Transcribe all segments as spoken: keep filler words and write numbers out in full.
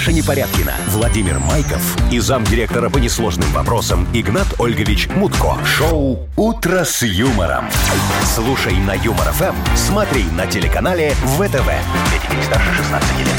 Маша Непорядкина, Владимир Майков и замдиректора по несложным вопросам Игнат Ольгович Мутко. Шоу «Утро с юмором». Слушай на Юмор ФМ, смотри на телеканале ВТВ. Для детей старше шестнадцати лет.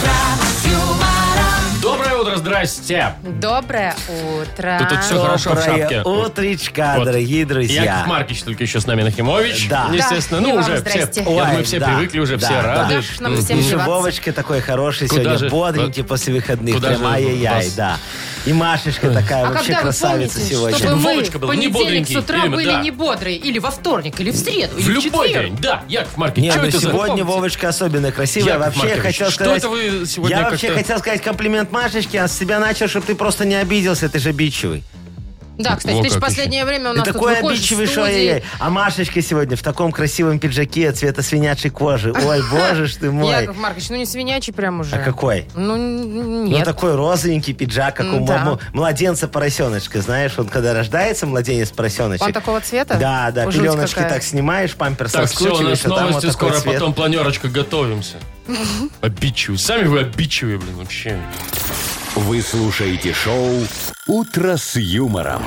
Доброе утро, здрасте. Доброе утро. Тут, тут все хорошо в шапке. Утречка, Вот. дорогие друзья. Яков Маркич только еще с нами, Нахимович. Да. Естественно, Да, и ну вам уже здрасте. все, я Ой, думаю, все да, привыкли, уже да, все да. рады. Куда ж нам всем И деваться? Вовочка такой хороший Куда сегодня, же- бодренький вот- после выходных. куда Прям же ай-яй-яй, вас- да. И Машечка такая А вообще когда вы красавица помните, сегодня. чтобы мы Вовочка в был не понедельник бодренький, с утра именно, были да. не бодрые, или во вторник, или в среду, В или в любой четверг? день, да. Яков Маркич, Нет, что ну это за... сегодня Помните. Вовочка особенно красивая. Яков Вообще я Маркович, хотел что сказать... это вы сегодня Я вообще как-то- хотел сказать комплимент Машечке, а с себя начал, чтобы ты просто не обиделся, ты же обидчивый. Да, кстати, О, ты же в как последнее время у Ты нас тут такой выходишь в обидчивый, что студии. ай-яй. А Машечка сегодня в таком красивом пиджаке цвета свинячей кожи. Ой, боже ж ты мой. Яков Маркович, ну не свинячий прям уже. А какой? Ну, н- Ну, нет. такой розовенький пиджак, как у Да. м- младенца-поросеночка. Знаешь, он когда рождается, младенец-поросеночек. Он такого цвета? Да, да, Жуть пеленочки какая. так снимаешь, памперс Так, все, у раскручиваешь, нас а там вот новости такой скоро, цвет. потом планерочка, готовимся. Обидчивые. Сами вы обидчивые, блин, вообще. Вы слушаете шоу «Утро с юмором».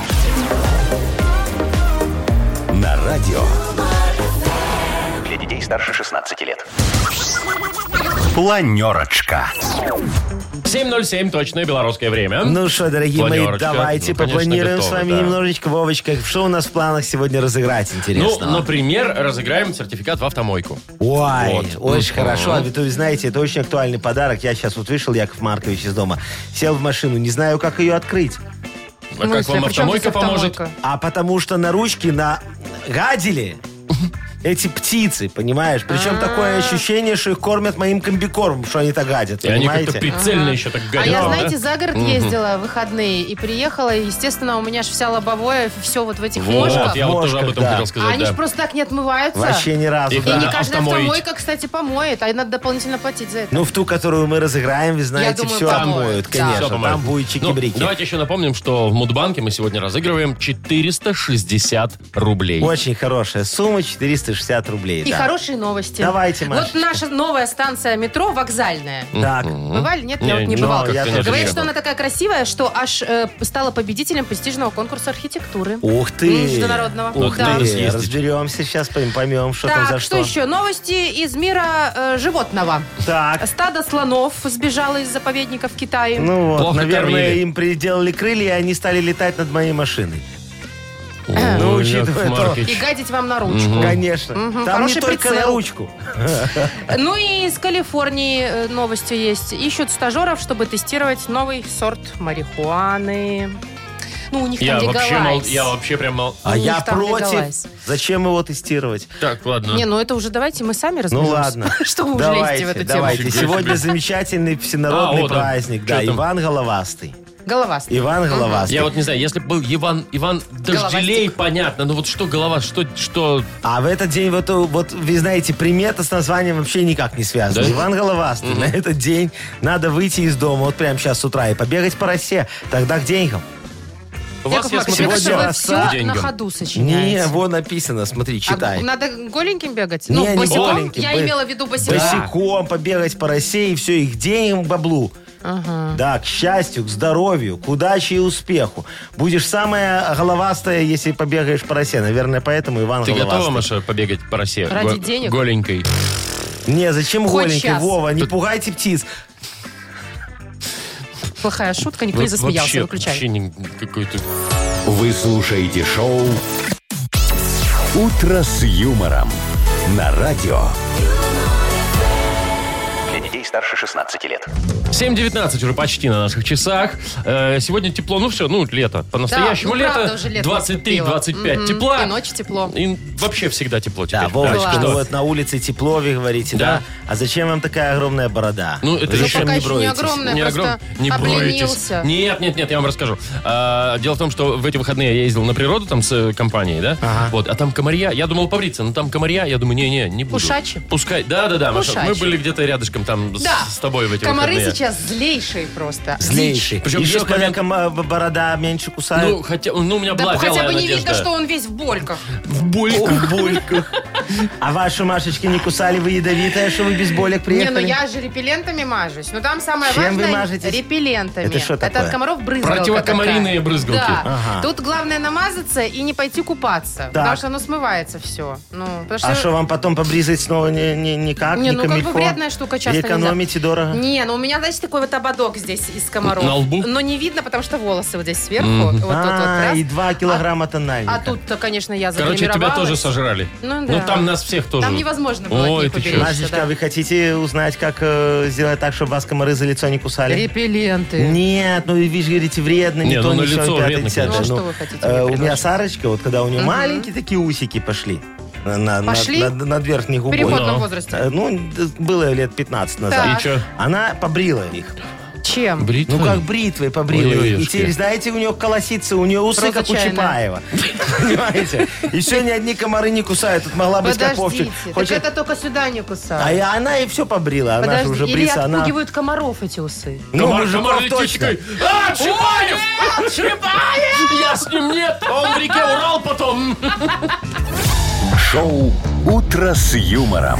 На радио. Для детей старше шестнадцати лет. Планерочка. семь ноль семь, точное белорусское время. Ну что, дорогие мои, Планерочка. давайте Ну, конечно, попланируем готовы, с вами да. немножечко. Вовочка, что у нас в планах сегодня разыграть Ну, интересного? например, разыграем сертификат в автомойку. Ой, Вот. очень Мгм. хорошо. А ведь вы знаете, это очень актуальный подарок. Я сейчас вот вышел, Яков Маркович, из дома, сел в машину, не знаю, как ее открыть. А В как смысле? вам При чем автомойка здесь поможет? автомойка? А потому что на ручки нагадили эти птицы, понимаешь? Причем такое ощущение, что их кормят моим комбикормом, что они так гадят, И они как-то понимаете? прицельно еще так А гадят. я, вам, да? знаете, за город ездила в выходные и приехала, и, естественно, у меня же вся лобовое, все вот в этих Вот, ножках. я вот тоже об Ножках, этом да. хотел А сказать, они да. же просто так не отмываются. Вообще ни разу. Их И да. не надо каждая автомоить. автомойка, кстати, помоет, а надо дополнительно платить за это. Ну, в ту, которую мы разыграем, вы знаете, думаю, все помоют. отмоют, Да. конечно. Всё помоют. Там будет Ну, чики-брики. давайте еще напомним, что в Мудбанке мы сегодня разыгрываем четыреста шестьдесят рублей. Очень хорошая сумма, четыреста шестьдесят рублей. И да. хорошие новости. Давайте, Вот Машечка. наша новая станция метро вокзальная. Так. Бывали? Нет, Не, я вот не не бывала. бывал, я тоже Говорит, не что был. она такая красивая, что аж э, стала победителем престижного конкурса архитектуры. Ух ты! Международного. Ух Да. ты! Надо съездить. Разберемся сейчас, пойм- поймем, что там Так, за что что. еще? Новости из мира э, животного. Так. Стадо слонов сбежало из заповедника в Китае. Ну вот, Плохо наверное, кормили. им приделали крылья, и они стали летать над моей машиной. Ой, Ну, Яков учитывая то- Маркович. И гадить вам на ручку. Конечно. Мгм, Там не хороший только прицел. на ручку. Ну и из Калифорнии э, новости есть. Ищут стажеров, чтобы тестировать новый сорт марихуаны. Ну, у них Я там вообще, мол, легалайз. я вообще прям... мол- А У них я там против. легалайз. Зачем его тестировать? Так, ладно. Не, ну это уже давайте мы сами Ну разберемся. ладно. Что вы уже лезете Давайте, в эту тему? давайте. Фига Сегодня себе. замечательный всенародный А, вот он. праздник. Да, Чё там? Иван Головастый. Головастый. Иван Головастый. Я вот не знаю, если бы был Иван, Иван Дожделей, понятно, но вот что голова, что, что... А в этот день, вот, вот вы знаете, примета с названием вообще никак не связана. Да? Иван Головастый. На этот день надо выйти из дома, вот прямо сейчас с утра, и побегать по росе. Тогда к деньгам. У вас, Яков я Маркович, смотрю, мне кажется, сегодня вы роса все деньгам. на ходу Не, сочиняете. вот написано, смотри, читай. А надо голеньким бегать? Не, ну, не босиком? голеньким, Я бы- имела в виду босиком. Босиком побегать по росе, и все, и к деньгам, к баблу. Ага. Да, к счастью, к здоровью, к удаче и успеху. Будешь самая головастая, если побегаешь по росе. Наверное, поэтому Иван Ты Головастый. готова, Маша, побегать по росе? Ради денег? Голенькой. Не, зачем Хоть голенький, час. Вова, не пугайте птиц. Плохая шутка, никто не засмеялся, Вообще, выключай. вообще не какой-то... Вы слушаете шоу «Утро с юмором» на радио. Для детей старше шестнадцати лет. семь девятнадцать уже почти на наших часах. Э, сегодня тепло, ну все, ну лето. По-настоящему Да, ну, лето. правда, уже лето двадцать три двадцать пять Мгм. тепла. И ночью тепло. И вообще всегда тепло теперь. Да, Вовочка, Что? ну вот на улице тепло, вы говорите, да? Да. А зачем вам такая огромная борода? Ну, это Вы еще зачем пока не еще не броетесь? огромная. Не просто огром- не обленился. бройтесь. Нет, нет, нет, я вам расскажу. А, дело в том, что в эти выходные я ездил на природу там с э, компанией, да? Ага. Вот, а там комарья. Я думал побриться, но там комарья. Я думаю, не-не, не буду. Пушачи? Пускай. Да-да-да, Маша. Пушачи. Мы были где-то рядышком там Да. с, с тобой в эти Комары выходные. сейчас злейшие просто. Злейший. Причем Еще есть когда момент- кома- борода меньше кусает. Ну, хотя, ну, у меня Да была хотя вялая бы не надежда. видно, что он весь в больках. В больках. В больках. А ваши Машечки не кусали? Вы ядовитая, что вы без болек Не, приехали? ну я же репеллентами мажусь. Но там самое Чем вы важное... мажетесь? Репеллентами. Это что такое? от комаров брызгалка Противокомаринные такая. брызгалки. Да. Ага. Тут главное намазаться и не пойти купаться. Потому что оно смывается все. Ну, потому что... А что, вам потом побризать снова не, не, никак? Не, Не ну как бы камильфо? вредная штука, часто И экономите дорого? Не, ну у меня, значит, такой вот ободок здесь из комаров. На лбу? Но не видно, потому что волосы вот здесь сверху. Вот тут вот А, раз. и два килограмма тональника. А тут-то, конечно, я Короче, тебя загримировалась. тоже сожрали. Ну да. Ну, там нас всех тоже. Там невозможно было Ой, от них ты чё? уберечься, Машечка, да. вы хотите узнать, как э, сделать так, чтобы вас комары за лицо не кусали? Репелленты. Нет, ну вы же говорите, вредно, не, Не, то, ну, не на сё, лицо пятое, вредно, десятое. конечно. Ну, Ну, что вы хотите э, мне у меня предложить? Сарочка, вот когда у нее маленькие такие усики пошли, на, на, Пошли? над, над верхней В губой. переходном Ну. возрасте. Э, Ну, д- было лет пятнадцать назад. Так. И чё? Она побрила их. Чем? Бритвой? Ну, как бритвой побрила их. И Ой-ой-ой. теперь, знаете, у нее колосится, у нее усы, как у Роза чайная. Чапаева. Понимаете? И все, ни одни комары не кусают. Тут могла быть как Подождите. Вовчик. Так Хочет- это только сюда не А кусают. и она и все побрила. Она же Подожди, уже или бриться. Она... отпугивают комаров эти усы. Ну, Комар, мужиков комар летит точно. такой, а, Чапаев! Чапаев! Я с ним нет, а он в реке Урал потом. Шоу «Утро с юмором».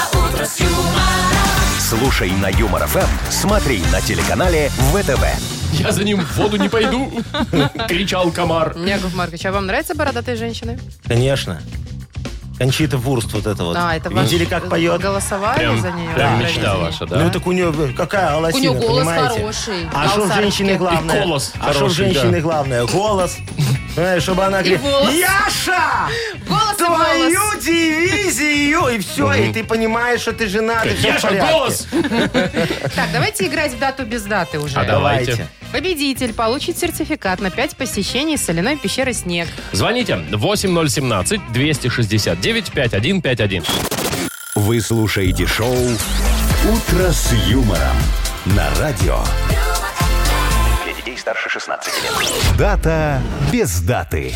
Слушай на Юмор ФМ, смотри на телеканале ВТВ. Я за ним в воду не пойду, кричал комар. Яков Маркович, а вам нравятся бородатые женщины? Конечно. Кончита Вурст вот это вот. А, это ваш... Видели, как поет? Голосовали Прям, за нее? прям Да, мечта за нее. ваша, да? Ну так у нее какая У голосина, нее голос понимаете? хороший. А что в Алсарский. женщине главное? И голос а что в хороший, женщине да. главное? Голос. Понимаешь, чтобы она говорит, волос. Яша! Голос и Твою голос. дивизию! И все, и ты понимаешь, что ты жена, ты всё в Я же порядке. голос! Так, давайте играть в дату без даты уже. А давайте. Победитель получит сертификат на пять посещений соляной пещеры «Снег». Звоните восемь ноль семнадцать двести шестьдесят девять пятьдесят один пятьдесят один. Вы слушаете шоу «Утро с юмором» на радио. Для детей старше шестнадцати лет. Дата без даты.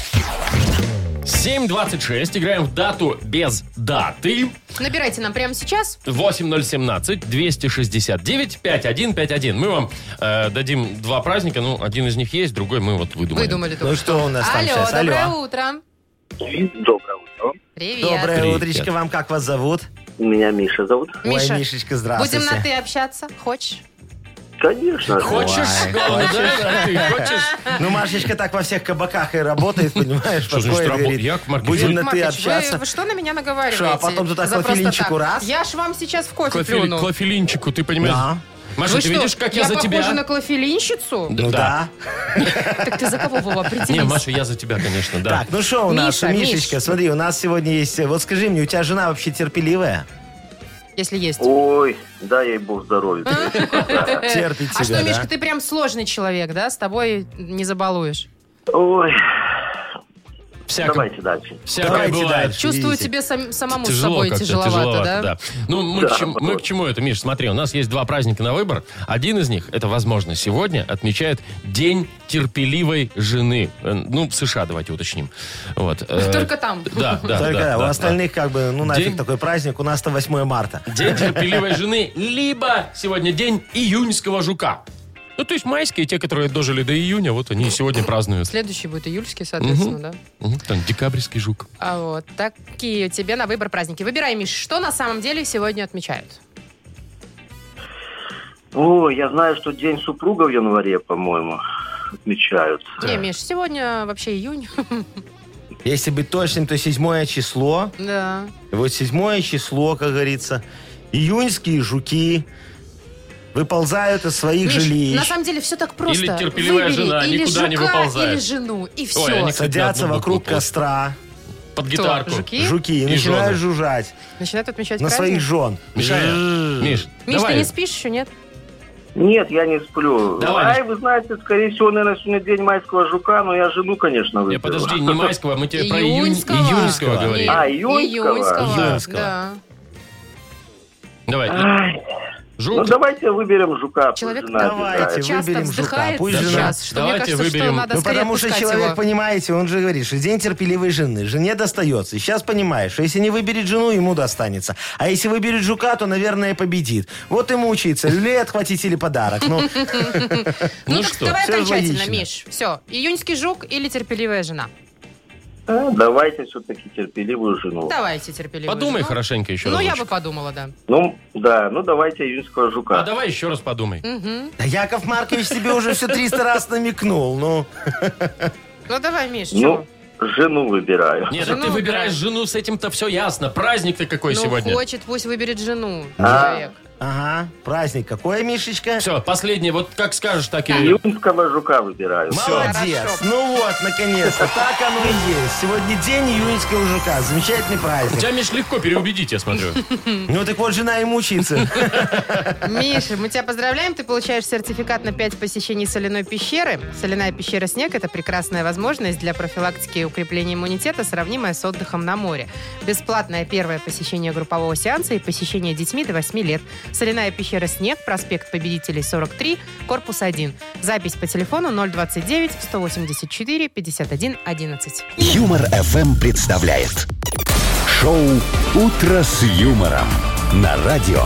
семь двадцать шесть. Играем в дату без даты. Набирайте нам прямо сейчас. восемь ноль семнадцать двести шестьдесят девять пятьдесят один пятьдесят один. Мы вам э, дадим два праздника. Ну, один из них есть, другой мы вот выдумали. Выдумали только Ну что у нас там Алло, сейчас? доброе Алло. утро. Доброе утро. Привет. Доброе Привет. утречко вам. Как вас зовут? Меня Миша зовут. Миша, Ой, Мишечка, будем здравствуйте. на «ты» общаться? Хочешь? Конечно. Хочешь? Ой, Главное, да? Ты хочешь? Ну, Машечка так во всех кабаках и работает, понимаешь? Что значит подходит, работает? говорит, Яков Маркович, будем вы- на «ты» Маркович, общаться. Вы, вы что на меня наговариваете? Что, а потом туда За просто клофелинчику так? раз? Я ж вам сейчас в кофе Клофели- плюну. Клофелинчику, ты понимаешь? Да. Маша, Вы ты что, видишь, как я, за похожа тебя? на клофелинщицу? Ну да. Так ты за кого, Вова, определись? Не, Маша, я за тебя, конечно, да. Так, ну что у нас, Миша, Мишечка, Миш. смотри, у нас сегодня есть... Вот скажи мне, у тебя жена вообще терпеливая? Если есть. Ой, дай ей бог здоровья. Терпит А тебя, что, Мишка, да? ты прям сложный человек, да? С тобой не забалуешь. Ой, Всяко, давайте дальше. всякое Давайте бывает. дальше. Чувствую, Видите? тебе сам- самому с Тяжело собой как-то, тяжеловато, да? Ну, мы, Да, к чему, мы вот. к чему это, Миш? Смотри, у нас есть два праздника на выбор. Один из них, это, возможно, сегодня отмечает День терпеливой жены. Э, Ну, в США, давайте уточним. Вот. э, Только там. Да, да, Только да, у да, остальных как бы, ну нафиг День- такой праздник, у нас-то восьмое марта. да. День терпеливой жены, либо сегодня день июньского жука. Ну, то есть майские, те, которые дожили до июня, вот они сегодня празднуют. Следующий будет июльский, соответственно, да? Мгм, Там декабрьский жук. А вот такие тебе на выбор праздники. Выбирай, Миш, что на самом деле сегодня отмечают? Ой, я знаю, что День супруга в январе, по-моему, отмечают. Не, Миш, сегодня вообще июнь. Если быть точным, то седьмое число. Да. И вот седьмое число, как говорится, июньские жуки выползают из своих Миш, жилищ, на самом деле все так просто. Или терпеливая Выбери жена или никуда не жука, выползает. или жену, и все. Ой, они- садятся одну букву вокруг просто. костра, Под Кто? гитарку. Жуки? жуки, и И начинают жены. жужжать Начинают отмечать на праздник? своих жен. Мишаня, Миш, Миш, давай. ты не спишь еще, нет? Нет, я не сплю. Давай, Ай, вы знаете, скорее всего, наверное, сегодня День майского жука, но я жену, конечно, Не, выберу. подожди, не майского, мы тебе про июнь, Июньского. июньского говорим. А, июньского? Июньского. Да. Давай, Ай, жук. ну, давайте выберем жука. Человек пусть жена давайте, отдыхает. часто выберем жука, вздыхает пусть жена. сейчас, что Давайте мне кажется, выберем. что надо Ну, скорее потому что отпускать человек, его. понимаете, он же говорит, что день терпеливой жены. Жене достается. И сейчас понимаешь, что если не выберет жену, ему достанется. А если выберет жука, то, наверное, победит. Вот и мучается. Люлей отхватить или подарок. Ну, Ну, Ну так что, давай всё окончательно, логично. Миш. Все, июньский жук или терпеливая жена? А, давайте все-таки терпеливую жену. Давайте терпеливую Подумай жену. хорошенько еще Ну, я бы разочек. подумала, да. Ну, да, ну давайте июньского жука. А давай еще раз подумай. Да Яков Маркович тебе уже все триста раз намекнул. Ну, Ну, давай, Миш, Ну, чего? жену выбираю. Нет, Жену так ты выбираешь выбирай. жену, с этим-то все ясно. Праздник-то какой Ну, сегодня. хочет, пусть выберет жену. А. Человек. ага, праздник какой, Мишечка? Все, последнее, вот как скажешь, так и... Июньского жука выбираю. Молодец. Хорошо. Ну вот, наконец-то. Так оно и есть. Сегодня день июньского жука. Замечательный праздник. Тебя, Миш, легко переубедить, я смотрю. Ну так вот, жена и мучается. Миша, мы тебя поздравляем. Ты получаешь сертификат на пять посещений соляной пещеры. Соляная пещера «Снег» — это прекрасная возможность для профилактики и укрепления иммунитета, сравнимая с отдыхом на море. Бесплатное первое посещение группового сеанса и посещение детьми до восьми лет. Соляная пещера «Снег», проспект Победителей, сорок три, корпус один. Запись по телефону ноль двадцать девять сто восемьдесят четыре пятьдесят один одиннадцать. Юмор эф эм представляет шоу «Утро с юмором» на радио.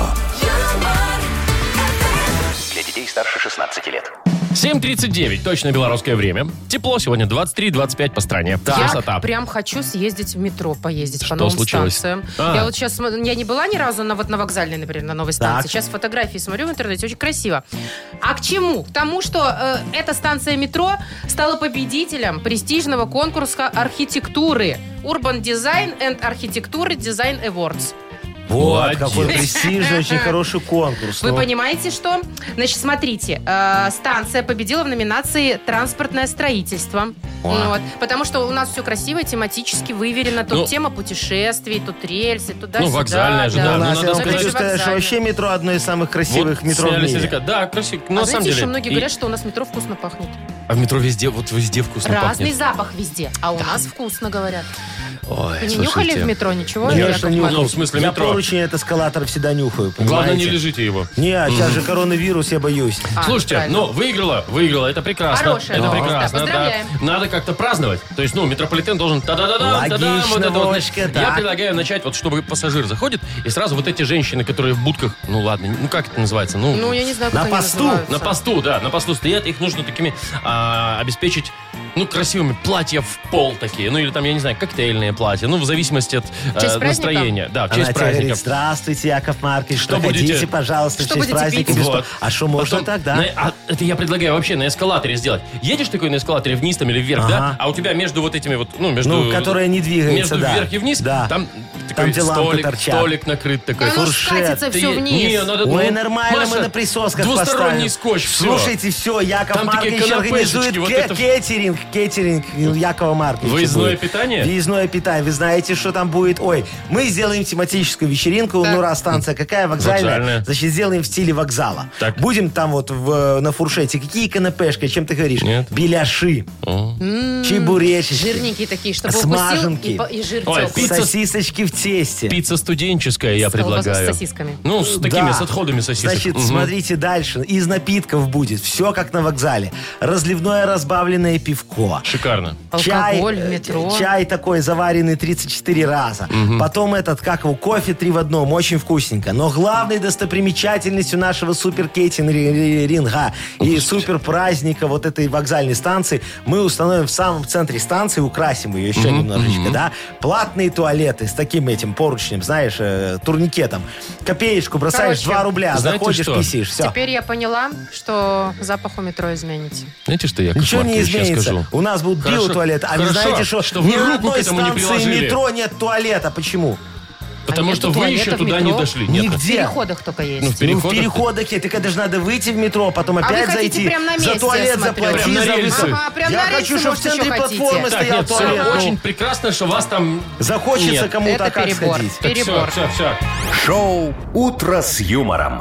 Для детей старше шестнадцати лет. семь тридцать девять, точно белорусское время. Тепло сегодня двадцать три двадцать пять по стране. Я Красота. прям хочу съездить в метро, поездить Что по новым случилось? станциям. А. Я вот сейчас, я не была ни разу на, вот, на вокзальной, например, на новой станции. Так. Сейчас фотографии смотрю в интернете, очень красиво. А к чему? К тому, что э, эта станция метро стала победителем престижного конкурса архитектуры Urban Design and Architecture Design Awards. Вот, Молодец. какой престижный, очень хороший конкурс. Вы Ну, понимаете, что? Значит, смотрите, э, станция победила в номинации «Транспортное строительство». Ну вот, потому что у нас все красиво, тематически выверено. Тут Ну, тема путешествий, тут рельсы, туда ну, вокзальная же, да. у Ну, нас, надо я вам сказать, хочу сказать, что вокзальная. вообще метро одно из самых красивых Вот метро в сняли с мире. языка. Да, красиво. Ну, А на самом знаете, деле. еще многие и- говорят, что у нас метро вкусно пахнет. А в метро везде, вот везде вкусно Разный пахнет. запах везде, а у нас вкусно, говорят. Ой, Вы не слушайте. нюхали в метро ничего? Конечно, Яков нюхал. Маркович? Ну, в смысле, Я метро. поручень от эскалатора всегда нюхаю, Главное, не понимаете? лежите его. Не, а сейчас же коронавирус, я боюсь. А, Слушайте, правильно. ну, выиграла, выиграла, это прекрасно. Хорошая это новость, прекрасно, да, да. поздравляем. Надо как-то праздновать. То есть, ну, метрополитен должен та-да-да-дам, та-дам, Логично, вот это вот. Вовочка, Я так. предлагаю начать, вот, чтобы пассажир заходит, и сразу вот эти женщины, которые в будках, ну, ладно, ну, как это называется? Ну, Ну, я не знаю, как На они посту? называются. на посту, да, на посту стоят, их нужно такими а, обеспечить, ну, красивыми платья в пол такие, ну, или там, я не знаю, коктейльные платья, ну, в зависимости от В честь э, праздника? настроения. Да, в Она честь тебе говорит, праздников. здравствуйте, Яков Маркович, Что проходите, будете? пожалуйста, Что в честь будете праздника. пить? бесплатно. Вот. А что можно Потом тогда? на- а это я предлагаю вообще на эскалаторе сделать. Едешь такой на эскалаторе вниз там или вверх, Ага. да? А у тебя между вот этими вот, ну, между... Ну, которая не двигается, Между да. вверх и вниз, Да. там такой где лампы столик, торчат. столик накрыт такой. Да оно ж фуршет. катится Ты- все Не, вниз. надо... Ой, ну, нормально, Маша, мы на присосках двусторонний поставим. скотч, все. Слушайте, все, Яков Там такие Маркович организует канапешечки, вот ке- это- кетеринг, кетеринг Якова Марковича. Выездное будет. питание? Выездное питание. Вы знаете, что там будет? Ой, мы сделаем тематическую вечеринку. Так. Ну, раз станция какая, вокзальная, Вокзальная. значит, сделаем в стиле вокзала. Так. Будем там вот в- на фуршете. Какие канапешки, о чем ты говоришь? Нет. Беляши, О. чебуречки, Жирненькие такие, чтобы Смаженки. укусил и, по- и жир Ой, тек. пицца- сосисочки в тесте. Пицца студенческая, я С колбасой, предлагаю. с сосисками. Ну, с такими, Да. с отходами сосисок. Значит, Мгм. смотрите дальше. Из напитков будет все как на вокзале. Разливное разбавленное пивко. Шикарно. Алкоголь чай, в метро. э, Чай такой заваренный тридцать четыре раза. Потом этот, как его, кофе три в одном. Очень вкусненько. Но главной достопримечательностью нашего супер-кейтинга и супер праздника вот этой вокзальной станции мы установим в самом центре станции, украсим ее еще немножечко, да, платные туалеты с таким этим поручнем, знаешь, э, турникетом. Копеечку бросаешь, Короче, два рубля, знаете заходишь, что? писишь, все. Теперь я поняла, что запах у метро изменится. Знаете, что я Ничего не изменится. скажу? У нас будут Хорошо. биотуалеты. А вы Хорошо, знаете, что, что вы ни на руку к одной этому не станции приложили. метро нет туалета. Почему? Потому А что нету вы еще туалета в туда не метро? дошли. Нет. В Нигде. переходах только есть. Ну, в Ну, в переходах. переходах нет. Так это же надо выйти в метро, потом А вы опять хотите зайти. прям на за месте, туалет я смотрю. заплати, Прям на за рельсы. высоту. Ага, прям Я на хочу, рельсы, чтобы в может, еще центре хотите. платформы Так, стоял нет, все, туалет. Ну, очень прекрасно, что вас там... захочется Нет. кому-то Это как перебор. сходить. Перебор. Все, все, все. Шоу «Утро с юмором».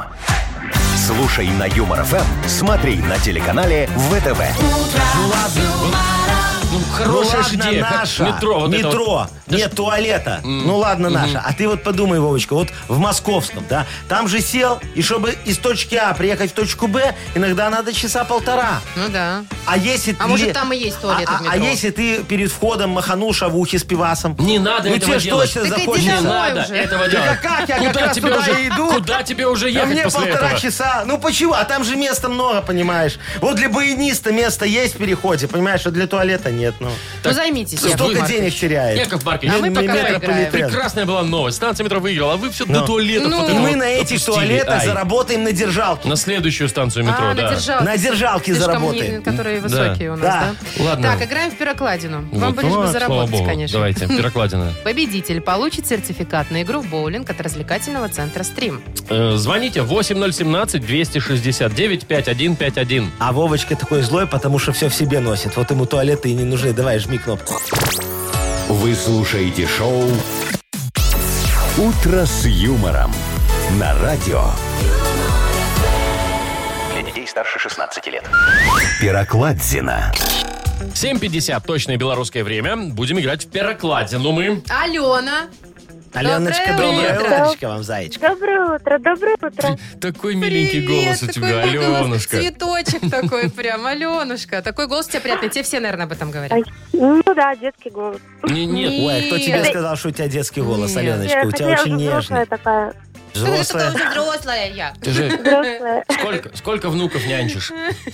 Слушай на Юмор эф эм, смотри на телеканале вэ тэ вэ. Ну, Ну хорошая же ладно, идея. как наша. Метро. Вот это метро. вот. Да Нет туалета. Ну ладно, наша. А ты вот подумай, Вовочка, вот в московском, да, там же сел, и чтобы из точки А приехать в точку Б, иногда надо часа полтора. Ну да. А если А ты- может, там и есть туалеты а, в а- а метро? если ты перед входом маханул шавухи с пивасом? Не надо ну этого тебе делать. что Так сейчас иди захочется? Не домой надо уже. этого Да делать. как? Я как Куда раз тебе туда уже, и иду. Куда тебе уже А ехать мне после полтора этого? часа. Ну почему? А там же места много, понимаешь? Вот для баяниста места есть в переходе, понимаешь, а для туалета нет. нет, ну. Ну, займитесь, Яков Столько Маркович. денег теряет. Яков Маркович, А мы ну, пока такая поиграем. прекрасная была новость. Станция метро выиграла, а вы все до Ну. туалетов. Ну. вот И это мы вот на этих опустили. туалетах Ай. заработаем на держалке. На следующую станцию метро, А, да. на держалке. На держалке Слишком заработаем. не- которые Да. высокие у нас, Да. да? Ладно. Так, играем в пирокладину. Вам Вот. бы лишь бы Вот, слава заработать, богу. конечно. Давайте, пирокладина. Победитель получит сертификат на игру в боулинг от развлекательного центра «Стрим». Э, Звоните восемь ноль семнадцать двести шестьдесят девять пятьдесят один пятьдесят один. А Вовочка такой злой, потому что все в себе носит. Вот ему туалеты и не нужны. Давай, жми кнопку. Вы слушаете шоу «Утро с юмором» на радио. Для детей старше шестнадцати лет. Пирокладзина. семь пятьдесят, точное белорусское время. Будем играть в пирокладину мы. Алена. Аленочка, Доброе доброе утро. утречко вам, зайчка. Доброе утро, доброе утро. Такой миленький голос у Привет, тебя, такой голос, Аленушка. Цветочек такой прям, Аленушка. Такой голос у тебя приятный. Тебе все, наверное, об этом говорят. Ай, Ну да, детский голос. Не- Нет, Ой, а кто тебе Нет. сказал, что у тебя детский голос, Нет. Аленочка? У тебя Хотя очень я взрослая нежный. такая. Взрослая. уже взрослая я. ты же Взрослая. сколько, сколько внуков нянчишь?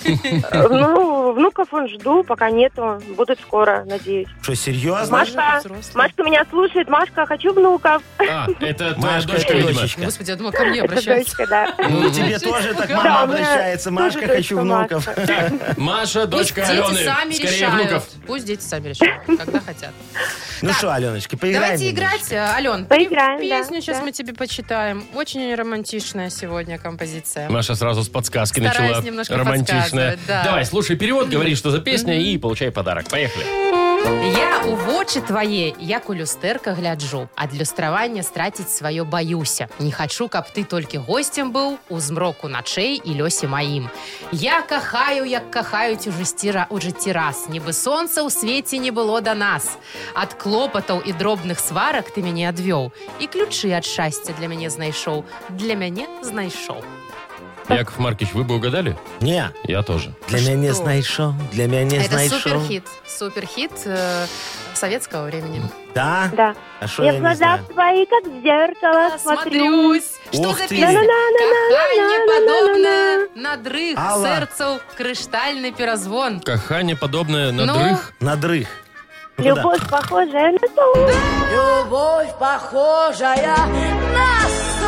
Ну, внуков он жду, пока нету. Будут скоро, надеюсь. Что, серьезно? Машка, взрослая. Машка меня слушает. Машка, хочу внуков. А, это твоя Машка, дочка, это видимо. дочечка. Господи, я думала, ко мне Это обращаются. дочка, да. Ну, тебе тоже так Да, мама у меня обращается. тоже Машка, дочка хочу внуков. Машка. Маша, Пусть дочка дети Алены. сами Скорее решают. внуков. Пусть дети сами решают, когда хотят. Ну Так, что, Аленочка, поиграем Давайте играть. немножечко? Ален, Поиграем, песню да, сейчас да. мы тебе почитаем. Очень романтичная сегодня композиция. Маша сразу с подсказки Стараюсь начала. немножко Романтичная. подсказывать, да. Давай, слушай перевод, говори, что за песня, и получай подарок. Поехали. Я у вочы твае, як у люстэрка гляджу, ад люстравання страціць сваё баюся. Не хачу, каб ты толькі госцем быў у змроку начэй і лёсе маім. Я кахаю, як кахаюць у жыцці, ра- у жыцці раз, нібы сонца ў свеце не было да нас. Ад клопатаў і дробных сварак ты мяне адвёў, і ключы ад шчасця для мяне знайшоў, для мяне знайшоў. Яков Маркович, вы бы угадали? Не, Я тоже. для меня не Что? знайшов, для меня не Это знайшов. суперхит, суперхит э, советского времени. Да? Да. А что Я я в не глаза знаю? твои, как в зеркало, смотрю. Смотрюсь. Что Ух за ты. песня? На-на-на-на-на-на-на-на-на. Каханне подобное на дрых Алла. сердцу крыштальный перазвон. Кахание подобное на Ну? дрых. Надрых. Ну, куда? Любовь, похожая на сон. Любовь, похожая на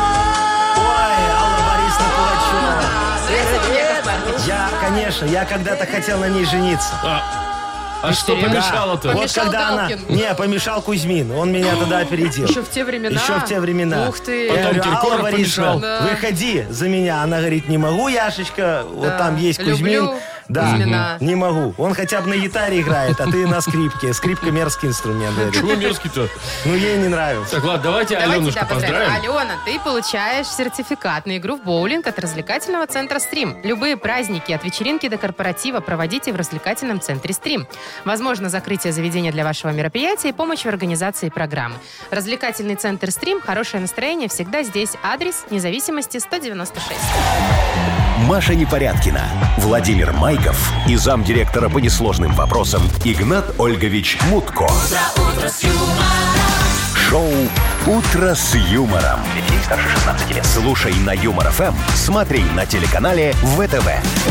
Ой, Алла Борисовна Пугачева. Знаете, вам, Яков Маркович? Я, конечно, я когда-то хотел на ней жениться. А, а что Серьезно? помешало-то? Вот Помешал когда Галкин. она... Не, помешал Кузьмин. Он меня тогда опередил. Еще в те времена? Еще в те времена. Ух ты. Я Потом говорю, Киркоров Алла Борисовна, помешал. Да. выходи за меня. Она говорит, не могу, Яшечка. Вот Да. там есть Кузьмин. Люблю Да, Кузьмина. не могу. Он хотя бы на гитаре играет, а ты на скрипке. Скрипка мерзкий инструмент. говорит. Чего мерзкий-то? Ну, ей не нравился. Так, ладно, давайте Давайте, Аленушку да, поздравим. поздравим. Алена, ты получаешь сертификат на игру в боулинг от развлекательного центра «Стрим». Любые праздники, от вечеринки до корпоратива, проводите в развлекательном центре «Стрим». Возможно закрытие заведения для вашего мероприятия и помощь в организации программы. Развлекательный центр «Стрим», хорошее настроение всегда здесь. Адрес независимости сто девяносто шесть. Маша Непорядкина, Владимир Майков и замдиректора по несложным вопросам Игнат Ольгович Мутко. Шоу «Утро с юмором». Для детей старше шестнадцати лет. Слушай на Юмор ФМ, смотри на телеканале ВТВ.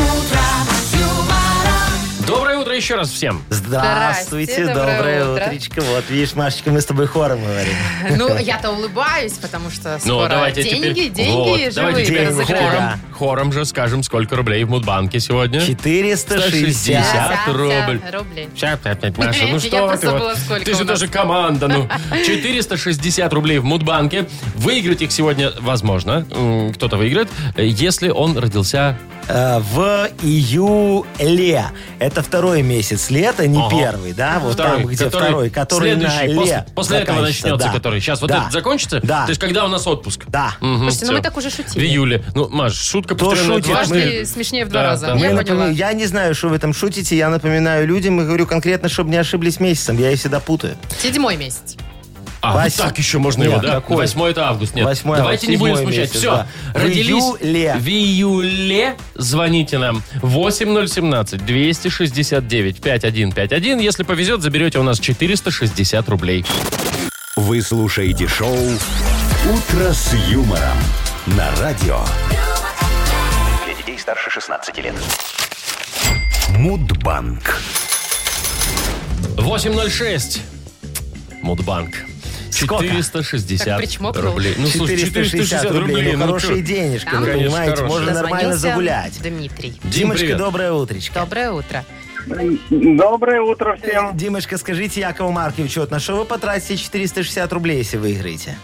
Доброе утро еще раз всем. Здравствуйте, Здрасте, доброе, доброе утро. утречко. Вот, видишь, Машечка, мы с тобой хором говорим. Ну, я-то улыбаюсь, потому что Ну, скоро давайте деньги, теперь... деньги Вот, живые давайте теперь разыграем. хором, Да. хором же скажем, сколько рублей в Мудбанке сегодня. четыреста шестьдесят. шестьдесят рублей. рублей. Сейчас, опять, Маша, ну Я что просто ты? вот? забыла, сколько Ты у же нас. даже команда, ну. четыреста шестьдесят рублей в Мудбанке. Выиграть их сегодня возможно. М, Кто-то выиграет, если он родился... Э, В июле. Это второй месяц лета, не Ага. первый, да? Вот Второй, там, где который второй, который на следующий, ле после, после этого заканчивается, начнется, да. который. Сейчас вот Да. этот закончится? Да. То есть когда у нас отпуск? Да. Мгм, Слушайте, ну всё. мы так уже В шутили. июле. Ну, Маш, шутка Кто повторенная шутит? дважды. Дважды смешнее в два Да, раза. да. Я Мы поняла. напомя- Я не знаю, что вы там шутите. Я напоминаю людям и говорю конкретно, чтобы не ошиблись месяцем. Я их всегда путаю. Седьмой месяц. А, вот Вась- так еще можно Нет, его, да? какой? Восьмой это август. Нет, Восьмой давайте август, не будем седьмой смущать. месяц, Все, да. В родились июле. в июле. Звоните нам восемь ноль семнадцать двести шестьдесят девять пятьдесят один пятьдесят один. Если повезет, заберете у нас четыреста шестьдесят рублей. Вы слушаете шоу «Утро с юмором» на радио Для детей старше шестнадцати лет. Мудбанк. восемь ноль шесть. Мудбанк. Сколько? четыреста шестьдесят Как причмокнул. рублей. Ну, слушай, четыреста шестьдесят рублей. Ну, ну, хорошие чё? денежки, Да. ну, Конечно, понимаете, хорошие. можно нормально Дозвонился загулять. Дмитрий. Дим, Димочка, привет. доброе утречко. Доброе утро. Доброе утро всем. Димочка, скажите Якову Марковичу, вот на что вы потратите четыреста шестьдесят рублей, если выиграете?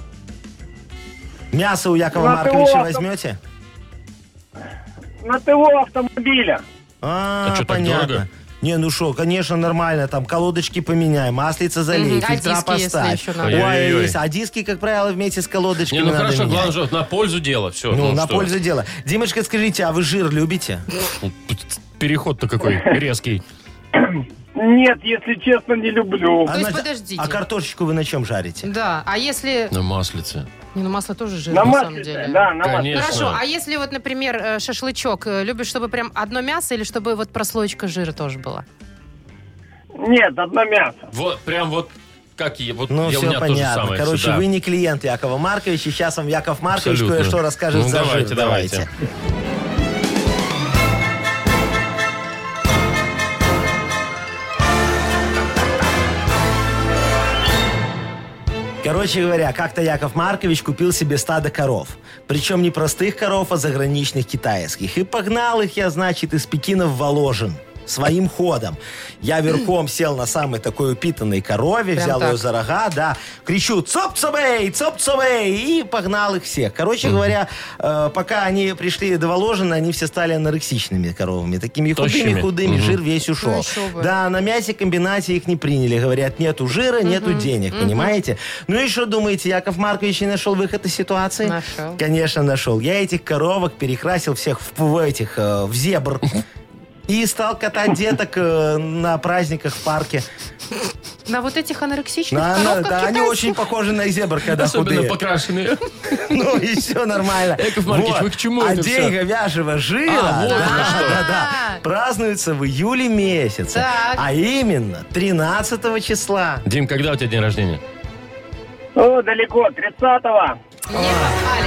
Мясо у Якова На Марковича ТО. возьмете? На ТО автомобиля. А, А чё, так понятно. дорого? Не, ну что, конечно, нормально. Там колодочки поменяй, маслица залей, Мгм, а фильтра диски, если поставь. еще надо? Ой, Ой-ой-ой. есть. А диски, как правило, вместе с колодочками Не, ну надо хорошо, менять. главное, что вот на пользу дела. Все. Ну, на что? пользу дела. Димочка, скажите, а вы жир любите? Переход-то какой резкий. Нет, если честно, не люблю. То есть, на- подождите. А картошечку вы на чем жарите? Да, а если... На маслице. Не, ну масло тоже жир, На на, самом масле, деле. да, на масле. Конечно. Хорошо, а если вот, например, э, шашлычок, э, любишь, чтобы прям одно мясо или чтобы вот прослоечка жира тоже была? Нет, одно мясо. Вот, прям вот как и... Вот Ну, я, у все меня тоже понятно. самое. Короче, да. вы не клиент Якова Марковича. Сейчас вам Яков Маркович Абсолютно. кое-что расскажет Ну, за давайте, жир. давайте. Короче говоря, как-то Яков Маркович купил себе стадо коров. Причем не простых коров, а заграничных китайских. И погнал их я, значит, из Пекина в Воложин. Своим ходом. Я верхом сел на самой такой упитанной корове, Прям взял так. ее за рога, да, кричу «Цоп-цобей! Цоп-цобей!» и погнал их всех. Короче говоря, э, пока они пришли до Воложина, они все стали анорексичными коровами. Такими Тощими. худыми-худыми, Мгм. жир весь ушел. Ну, еще бы. Да, на мясокомбинате их не приняли. Говорят, нету жира, нету денег, понимаете? Ну и что думаете, Яков Маркович не нашел выход из ситуации? Нашел. Конечно, нашел. Я этих коровок перекрасил всех в, в этих, э, в зебр. И стал катать деток э, на праздниках в парке. На вот этих анорексичных На- на- коровках да, они китайских? очень похожи на зебр, когда Особенно худые. покрашенные. Ну и все нормально. Яков Маркович, вы к чему А это день всё? говяжьего жира, А, вот да, оно что. да, да, празднуется в июле месяце. Так. А именно тринадцатого числа. Дим, когда у тебя день рождения? О, далеко, тридцатого. Не попали.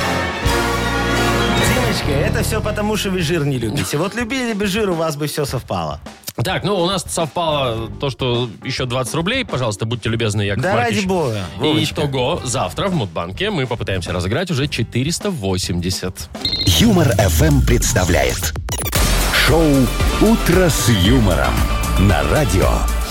Димочка, это все потому, что вы жир не любите. Вот любили бы жир, у вас бы все совпало. Так, ну у нас совпало то, что еще двадцать рублей. Пожалуйста, будьте любезны, Яков Да Маркович. ради бога, И Вовочка. итого завтра в Мудбанке мы попытаемся разыграть уже четыреста восемьдесят. Юмор эф эм представляет шоу «Утро с юмором» на радио.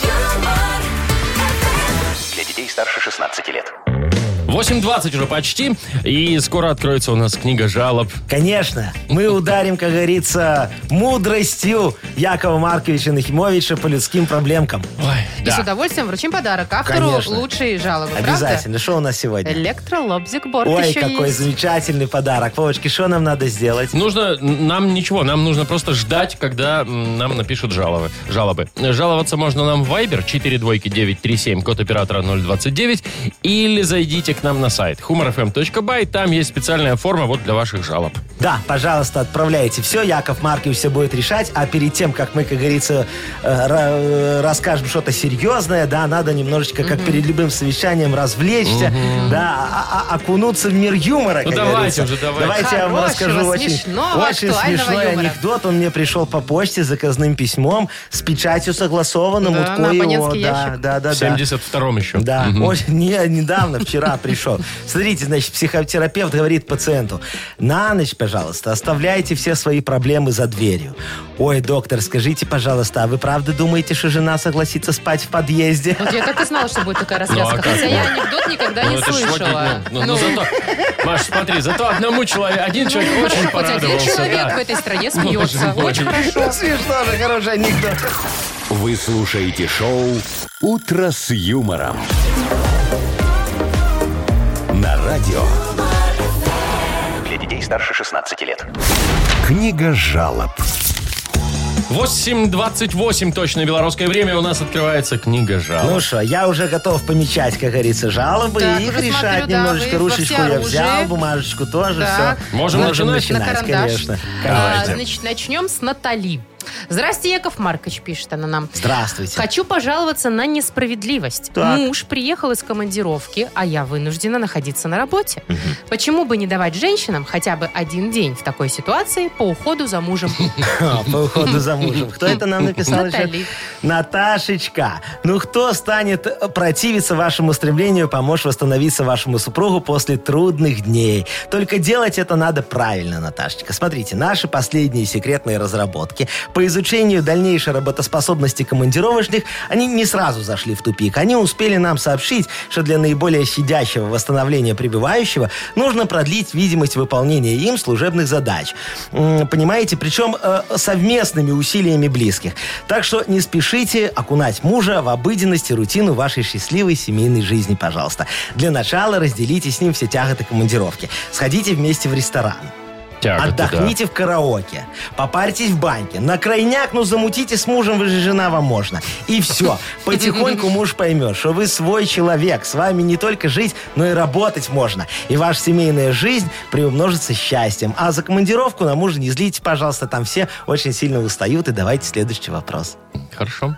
Для детей старше шестнадцати лет. восемь двадцать уже почти, и скоро откроется у нас книга жалоб. Конечно, мы ударим, как говорится, мудростью Якова Марковича Нахимовича по людским проблемкам. Ой, И с удовольствием вручим подарок автору Конечно. лучшей жалобы. Обязательно. Что у нас сегодня? Электролобзик борт Ой, еще какой есть. замечательный подарок. Вовочки, что нам надо сделать? Нужно, нам ничего, нам нужно просто ждать, когда м, нам напишут жалобы. жалобы. Жаловаться можно нам в Viber четыре двойки девять три семь, код оператора ноль двадцать девять, или зайдите к нам на сайт humor эф эм точка бай, там есть специальная форма вот для ваших жалоб. Да, пожалуйста, отправляйте все. Яков Маркович все будет решать. А перед тем, как мы, как говорится, э, ра- расскажем что-то серьезное, да, надо немножечко, как перед любым совещанием, развлечься, да, а- а- окунуться в мир юмора, Ну, как давайте говорится. уже, давайте. Давайте я вам Хорошего, расскажу очень, смешного, очень актуального смешной юмора. анекдот. Он мне пришел по почте с заказным письмом, с печатью согласованным. Да, Мутко на его, абонентский да, ящик. да, да, да. В семьдесят втором еще. Да, Мгм. очень, не, недавно, вчера пришел. Смотрите, значит, психотерапевт говорит пациенту: на ночь, пожалуйста, оставляйте все свои проблемы за дверью. Ой, доктор, скажите, пожалуйста, а вы правда думаете, что жена согласится спать в подъезде? Вот я так и знала, что будет такая Ну, развязка. а как? Хотя я анекдот никогда Ну, не это ж слышала. логично. Ну, ну, зато, Маш, смотри, зато одному человеку, один человек очень Хорошо, хоть один порадовался. человек да. в этой стране Очень, смеется. Очень очень. хорошо. Смешно же, хороший анекдот. Вы слушаете шоу «Утро с юмором» на радио. Для детей старше шестнадцати лет. Книга жалоб. восемь двадцать восемь точное белорусское время, у нас открывается книга жалоб. Ну что, я уже готов помечать, как говорится, жалобы Так, и их уже решать смотрю, да, немножечко. вы во Ручечку я всеоружии. взял, бумажечку тоже, Так. все. Можем начинать? На карандаш. конечно. А, Давайте. значит, начнем с Натали. Здрасте, Яков Маркович, пишет она нам. Здравствуйте. Хочу пожаловаться на несправедливость. Так. Муж приехал из командировки, а я вынуждена находиться на работе. Угу. Почему бы не давать женщинам хотя бы один день в такой ситуации по уходу за мужем? По уходу за мужем. Кто это нам написал? Натали. Наташечка. Ну, кто станет противиться вашему стремлению помочь восстановиться вашему супругу после трудных дней? Только делать это надо правильно, Наташечка. Смотрите, наши последние секретные разработки по изучению дальнейшей работоспособности командировочных, они не сразу зашли в тупик. Они успели нам сообщить, что для наиболее щадящего восстановления пребывающего нужно продлить видимость выполнения им служебных задач. Понимаете? Причем э, совместными усилиями близких. Так что не спешите окунать мужа в обыденность и рутину вашей счастливой семейной жизни, пожалуйста. Для начала разделите с ним все тяготы командировки. Сходите вместе в ресторан. Тяготы, Отдохните да. в караоке, попарьтесь в баньке, на крайняк, ну, замутите с мужем, вы же жена, вам можно. И все. Потихоньку муж поймет, что вы свой человек, с вами не только жить, но и работать можно. И ваша семейная жизнь приумножится счастьем. А за командировку на мужа не злите, пожалуйста, там все очень сильно устают. И давайте следующий вопрос. Хорошо.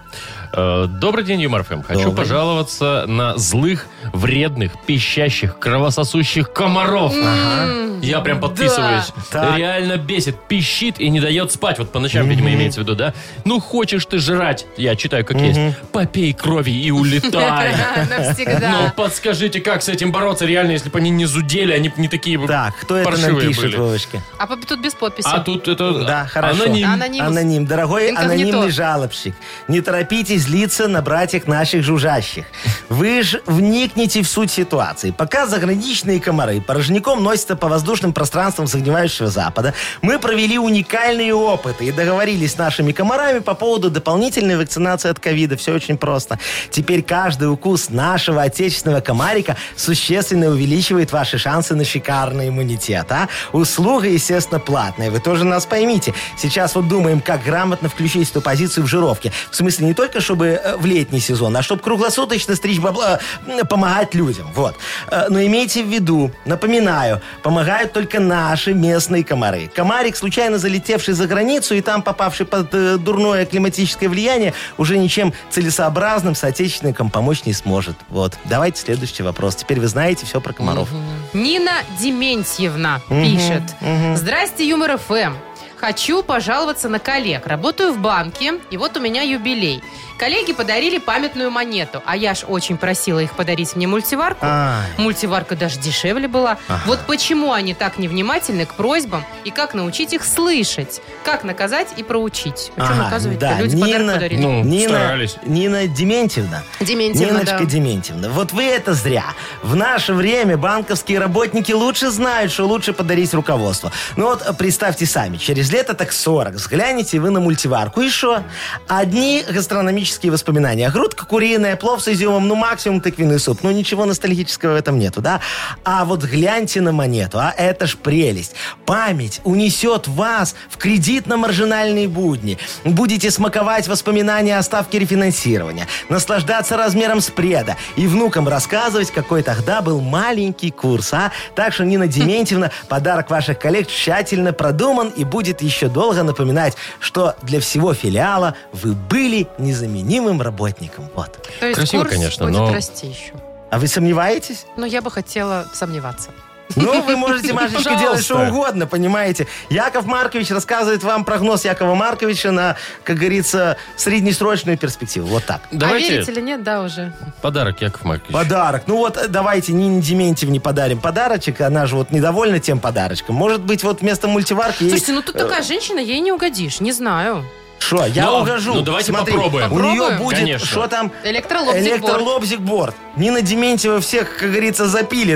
Добрый день, Юмор ФМ. Хочу Добрый. пожаловаться на злых, вредных, пищащих, кровососущих комаров. Ага. Я прям подписываюсь. Да. Реально бесит, пищит и не дает спать. Вот по ночам, видимо, имеется в виду, да? Ну, хочешь ты жрать, я читаю как есть, попей крови и улетай. Ну, Навсегда. подскажите, как с этим бороться реально, если бы они не зудели, они бы не такие бы Так, кто это нам паршивые пишет, были. Вовочка? А по- тут без подписи. А тут это Да, хорошо. аноним. Анонимус. Аноним. Дорогой Инкогнито. анонимный жалобщик, не торопитесь злиться на братьев наших жужжащих. Вы же вникните в суть ситуации. Пока заграничные комары порожняком носятся по воздушным пространствам загнивающего Запада, мы провели уникальные опыты и договорились с нашими комарами по поводу дополнительной вакцинации от ковида. Все очень просто. Теперь каждый укус нашего отечественного комарика существенно увеличивает ваши шансы на шикарный иммунитет. А? Услуга, естественно, платная. Вы тоже нас поймите. Сейчас вот думаем, как грамотно включить эту позицию в жировке. В смысле, не только чтобы э, в летний сезон, а чтобы круглосуточно стричь бабла, э, помогать людям. Вот. Э, но имейте в виду, напоминаю, помогают только наши местные комары. Комарик, случайно залетевший за границу и там попавший под э, дурное климатическое влияние, уже ничем целесообразным соотечественникам помочь не сможет. Вот. Давайте следующий вопрос. Теперь вы знаете все про комаров. Нина Дементьевна пишет. Здрасте, Юмор ФМ. Хочу пожаловаться на коллег. Работаю в банке, и вот у меня юбилей. Коллеги подарили памятную монету, а я ж очень просила их подарить мне мультиварку. Ай. Мультиварка даже дешевле была. Ага. Вот почему они так невнимательны к просьбам и как научить их слышать? Как наказать и проучить? А что Ага, наказывать-то? да, Люди Нина- подарок подарили. Ну, Нина, старались. Нина Дементьевна. Дементьевна, Ниночка да. Дементьевна. Вот вы это зря. В наше время банковские работники лучше знают, что лучше подарить руководству. Ну вот представьте сами, через лето так сорок. Взгляните вы на мультиварку. И что? Одни гастрономические воспоминания. Грудка куриная, плов с изюмом, ну максимум тыквенный суп. Ну ничего ностальгического в этом нету, да? А вот гляньте на монету, а это ж прелесть. Память унесет вас в кредитно-маржинальные будни. Будете смаковать воспоминания о ставке рефинансирования, наслаждаться размером спреда и внукам рассказывать, какой тогда был маленький курс, а? Так что, Нина Дементьевна, подарок ваших коллег тщательно продуман и будет еще долго напоминать, что для всего филиала вы были незаменимым работником. Вот. То есть Красиво, курс конечно, будет но- расти еще. А вы сомневаетесь? Но я бы хотела сомневаться. Ну, вы можете, Машечка, делать что Пожалуйста. угодно, понимаете. Яков Маркович рассказывает вам прогноз Якова Марковича на, как говорится, среднесрочную перспективу. Вот так. А Давайте верите или нет, да, уже. подарок, Яков Маркович. Подарок. Ну вот давайте Нине Дементьевне подарим подарочек. Она же вот недовольна тем подарочком. Может быть, вот вместо мультиварки... ей- Слушайте, ну тут такая женщина, ей не угодишь, не знаю. Что, я Ну, угожу. ну, давайте Смотри, попробуем. У нее Попробуем? будет, Конечно. что там? Электролобзик-борд. Электролобзик-борд. Нина Дементьева всех, как говорится, запилит.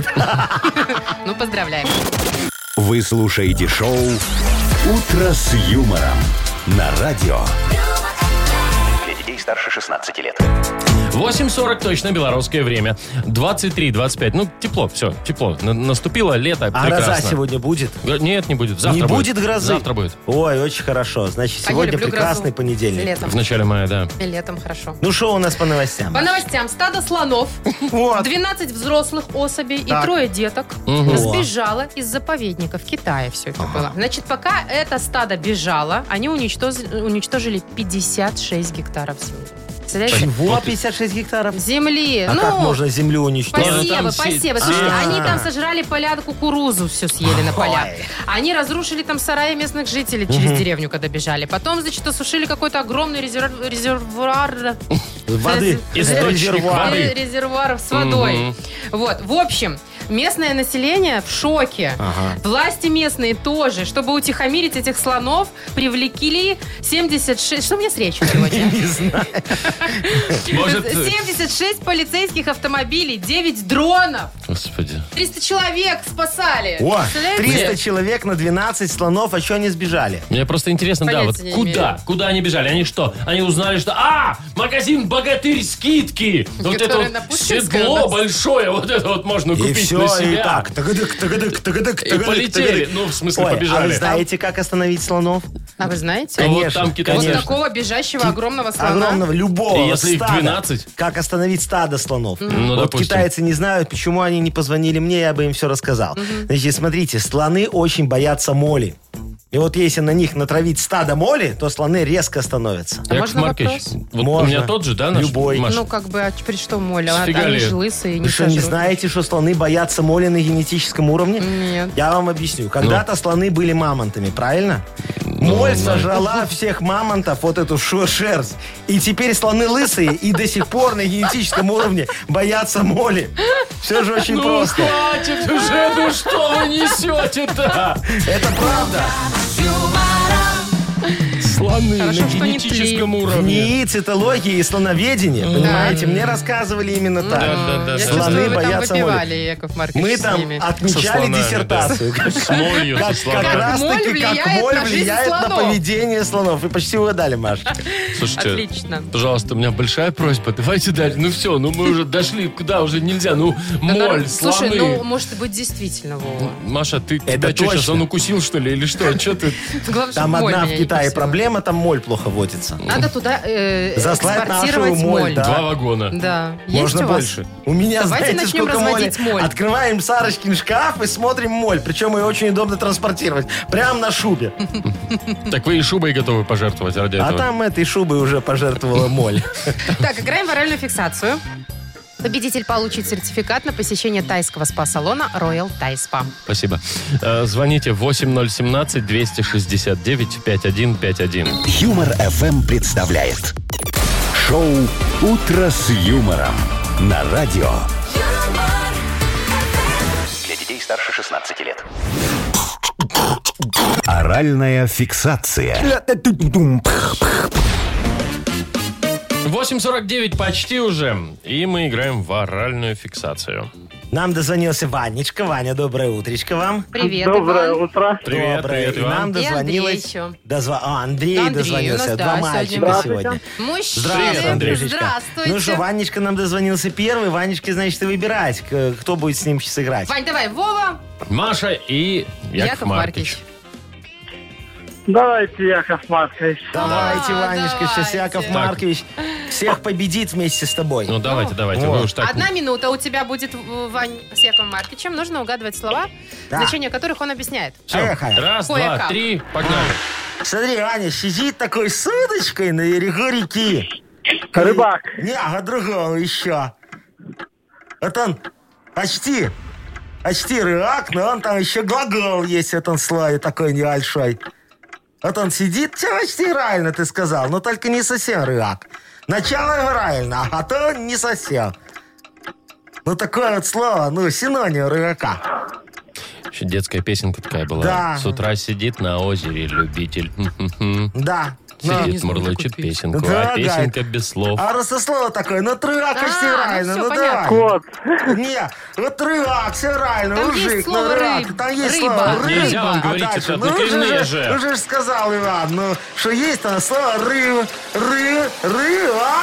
Ну, поздравляем. Вы слушаете шоу «Утро с юмором» на радио. Для детей старше шестнадцати лет. восемь сорок точно белорусское время. двадцать три двадцать пять. Ну, тепло, все, тепло. На- наступило лето, А прекрасно. гроза сегодня будет? Г- Нет, не будет. Завтра Не будет грозы? Завтра будет. Ой, очень хорошо. Значит, А я сегодня люблю прекрасный грозу. понедельник. Летом. В начале мая, да. И летом хорошо. Ну, что у нас по новостям? По новостям. Стадо слонов, Вот. двенадцать взрослых особей Так. и трое деток Мгм. сбежало из заповедника в Китае. Все это было. Значит, пока это стадо бежало, они уничтожили, уничтожили пятьдесят шесть гектаров земли. Представляете? Чего? пятьдесят шесть гектаров? Земли. А ну, как можно землю уничтожить? Ну, Посевы, там се- посевы. Слушайте, А. они там сожрали поля, кукурузу все съели на полях. Ой. Они разрушили там сараи местных жителей через деревню, когда бежали. Потом, значит, осушили какой-то огромный резерв- резервуар. Воды. Источник Резервуар. воды. Ре- резервуар с водой. Мгм. Вот, в общем, местное население в шоке. Ага. Власти местные тоже. Чтобы утихомирить этих слонов, привлекли семьдесят шесть... Что у меня с речью сегодня? Не знаю. Может... семьдесят шесть полицейских автомобилей, девять дронов, Господи. триста человек спасали. О, Представляете? триста человек на двенадцать слонов, а что они сбежали? Мне просто интересно, да, вот Понятия не куда? имею. Куда они бежали? Они что? Они узнали, что а, магазин «Богатырь» скидки. Вот это Который на вот Пушкинской у седло нас. большое, вот это вот можно И купить все, на и себя. так. Тагадык, тагадык, тагадык, И тагадык, полетели. тагадык. Ну, в смысле, Ой, а побежали. вы знаете, как остановить слонов? А вы знаете? А вот Конечно, там китайцы. Вот конечно. такого бежащего огромного слона. Огромного, любого И если их стада. двенадцать? Как остановить стадо слонов. Ну, Вот допустим. китайцы не знают, почему они не позвонили мне, я бы им все рассказал. Значит, смотрите, слоны очень боятся моли. И вот если на них натравить стадо моли, то слоны резко становятся. А Яков можно Маркович, вопрос? вот у Можно. меня тот же, да, наш? Любой. Маш? Ну, как бы, а при что моля? А- Сфига Они ли? же лысые, не Вы что, не сожрут. знаете, что слоны боятся моли на генетическом уровне? Нет. Я вам объясню. Когда-то слоны были мамонтами, правильно? Моль да. сожрала всех мамонтов, вот эту шу- шерсть. И теперь слоны лысые и до сих пор на генетическом уровне боятся моли. Все же очень Ну, просто. хватит уже, ну что вы несете-то? Это правда. Слоны Хорошо, на что не генетическом тли. В уровне. НИИ цитологии и слоноведении, понимаете, мне рассказывали именно так. Да, да, да. Я Слоны чувствую, вы там боятся моли. выпивали, Яков Маркович, Мы с там ними. Со отмечали слонами, диссертацию. да. С молью, Как, со как слонами. раз моль таки, влияет как моль на жизнь влияет на слонов. поведение слонов. Вы почти угадали, Маша. Слушайте, Отлично. пожалуйста, у меня большая просьба. Давайте дальше. Ну все, ну мы уже дошли, куда уже нельзя. Ну, моль, Слушай, слоны. ну, может быть, действительно, Вова. Маша, ты Это тебя что, сейчас точно. он укусил, что ли, или что? Что ты? Главное, Там чтобы моль одна в меня не Китае кусила. проблема, там моль плохо водится. Надо туда э, Заслать экспортировать нашу моль, моль. да. Два вагона. Да. Есть Можно у вас? больше. У меня, Давайте знаете, начнем сколько моли? разводить моль. Открываем Сарочкин шкаф и смотрим моль. Причем ее очень удобно транспортировать. Прям на шубе. Так вы и шубой готовы пожертвовать ради А этого. там этой шубой уже пожертвовала моль. Так, играем в оральную фиксацию. Победитель получит сертификат на посещение тайского спа-салона Royal Thai Spa. Спасибо. Э, Звоните восемь ноль семнадцать двести шестьдесят девять пятьдесят один пятьдесят один. Юмор эф эм представляет шоу «Утро с юмором» на радио. Для детей старше шестнадцати лет. Оральная фиксация. восемь сорок девять почти уже. И мы играем в оральную фиксацию. Нам дозвонился Ванечка. Ваня, доброе утречко вам. Привет, Доброе Иван. утро. Привет, Доброе. привет, И Иван. нам И Андрей дозвонилась... еще. Дозва... А, Андрей, Андрей дозвонился. у нас, Два да, мальчика сегодня. сегодня. Мужчины, Привет, Андрюшечка. здравствуйте. Ну что, Ванечка нам дозвонился первый. Ванечке, значит, и выбирать, к- кто будет с ним сейчас играть. Вань, давай, Вова, Маша и Яков, Яков Маркович. Маркович. Давайте, Яков Маркович. Давайте, А, Ванечка, сейчас давайте. Яков Так. Маркович всех победит вместе с тобой. Ну, давайте, давайте. вот. Вы уж так... Одна минута у тебя будет, в- Вань, с Яковом Марковичем. Нужно угадывать слова, Да. значение которых он объясняет. Всё. Поехали. Раз, Кое-как. два, три, погнали. Смотри, Ваня сидит такой с удочкой на берегу реки. Рыбак. Не, а другого еще. Вот он почти, почти рыбак, но он там еще глагол есть в этом слое такой небольшой. Вот он сидит, все почти правильно ты сказал, но только не совсем рыбак. Начало правильно, а то не совсем. Ну, такое вот слово, ну, синоним рыбака. Еще детская песенка такая была. Да. С утра сидит на озере любитель. Хм-хм-хм. Да. Ну, Сидит, мурлычет песенку. Да, А песенка без слов. А просто слово такое, ну, рыбак почти А, ну правильно, всё, ну, понятно. давай. Кот. Не, вот рыбак, все правильно, Там мужик, есть слово ну, рыбак, рыб, там есть рыба. слово рыба. Нельзя вам а говорить дальше, это, ну, однокоренные уже, же. уже ж сказал, Иван, ну, что есть там слово рыба, ры, рыба,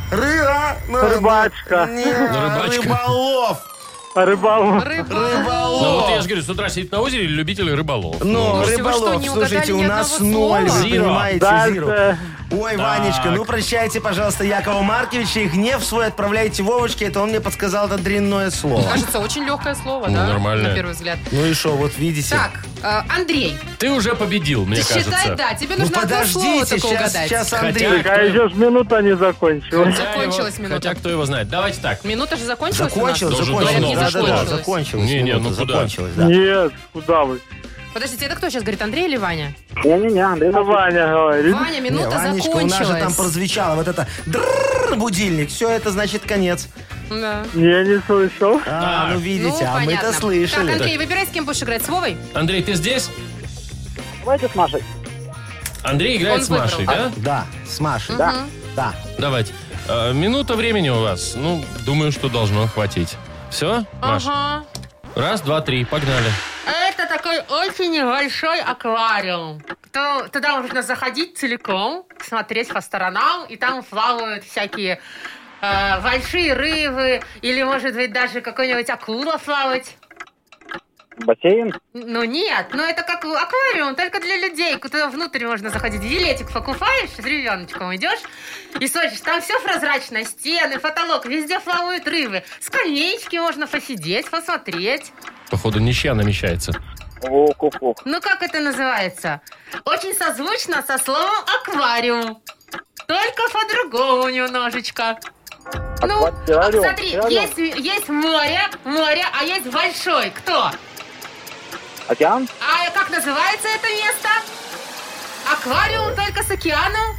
Рыба. ну, Рыбачка. Не, Рыбачка. Рыболов. Рыбалов. Рыболов. Ну вот я же говорю, с утра сидит на озере любители рыболов. Ну, Слушайте, вы что, рыболов, не угадали слушайте, у ни нас одного ноль, слова? вы Зиро. понимаете, зиро. Дальше. Ой, Ванечка, ну прощайте, пожалуйста, Якова Марковича, и гнев свой отправляйте Вовочке, это он мне подсказал это дрянное слово. Кажется, очень легкое слово, Ну, да? нормальное. На первый взгляд. Ну и что, вот видите? Так, э, Андрей, Ты уже победил, мне ты кажется. считай, да, тебе Ну нужно одно слово подождите, только сейчас, угадать. сейчас Хотя- Андрей. А еще ж минута не закончилась. Хотя Закончилась его- минута. Хотя кто его знает. Давайте так. Минута же закончилась Закончилось, Да уже закончилось. давно Да, да, да, закончилось. закончилось. Не, не, минута ну куда? закончилась, да. Нет, куда вы? у нас? Подождите, это кто сейчас говорит, Андрей или Ваня? Не-не-не, Андрей. Это Ваня говорит. Ваня, Не, минута Ванечка, у нас же там закончилась. прозвучало вот это дрррр, будильник. Все, это значит конец. Да. Я не слышал. А, ну видите, Ну, а понятно. мы-то слышали. Так, Андрей, выбирай, с кем будешь играть, с Вовой? Андрей, ты здесь? Давайте с Машей. Андрей играет Он с Машей, выбрал. да? Да, с Машей. Да. Да. Давайте. Э, минута времени у вас. Ну, думаю, что должно хватить. Все, Маша? Ага. Раз, два, три, погнали. Это такой очень большой аквариум. То- Туда можно заходить целиком, смотреть по сторонам, и там плавают всякие э, большие рыбы, или, может быть, даже какой-нибудь акула плавать. Бассейн. Ну нет, ну это как аквариум, только для людей. Туда внутрь можно заходить. Билетик покупаешь, с ребеночком идешь и смотришь, там все прозрачно, стены, потолок, везде плавают рыбы. Скамеечки можно посидеть, посмотреть. Походу, ничья намечается. О-ку-ку. Ну как это называется? Очень созвучно со словом аквариум. Только по-другому немножечко. Ну, Аквариум, смотри, аквариум. есть, есть море, море, а есть большой. Кто? Океан. А как называется это место? Аквариум только с океаном?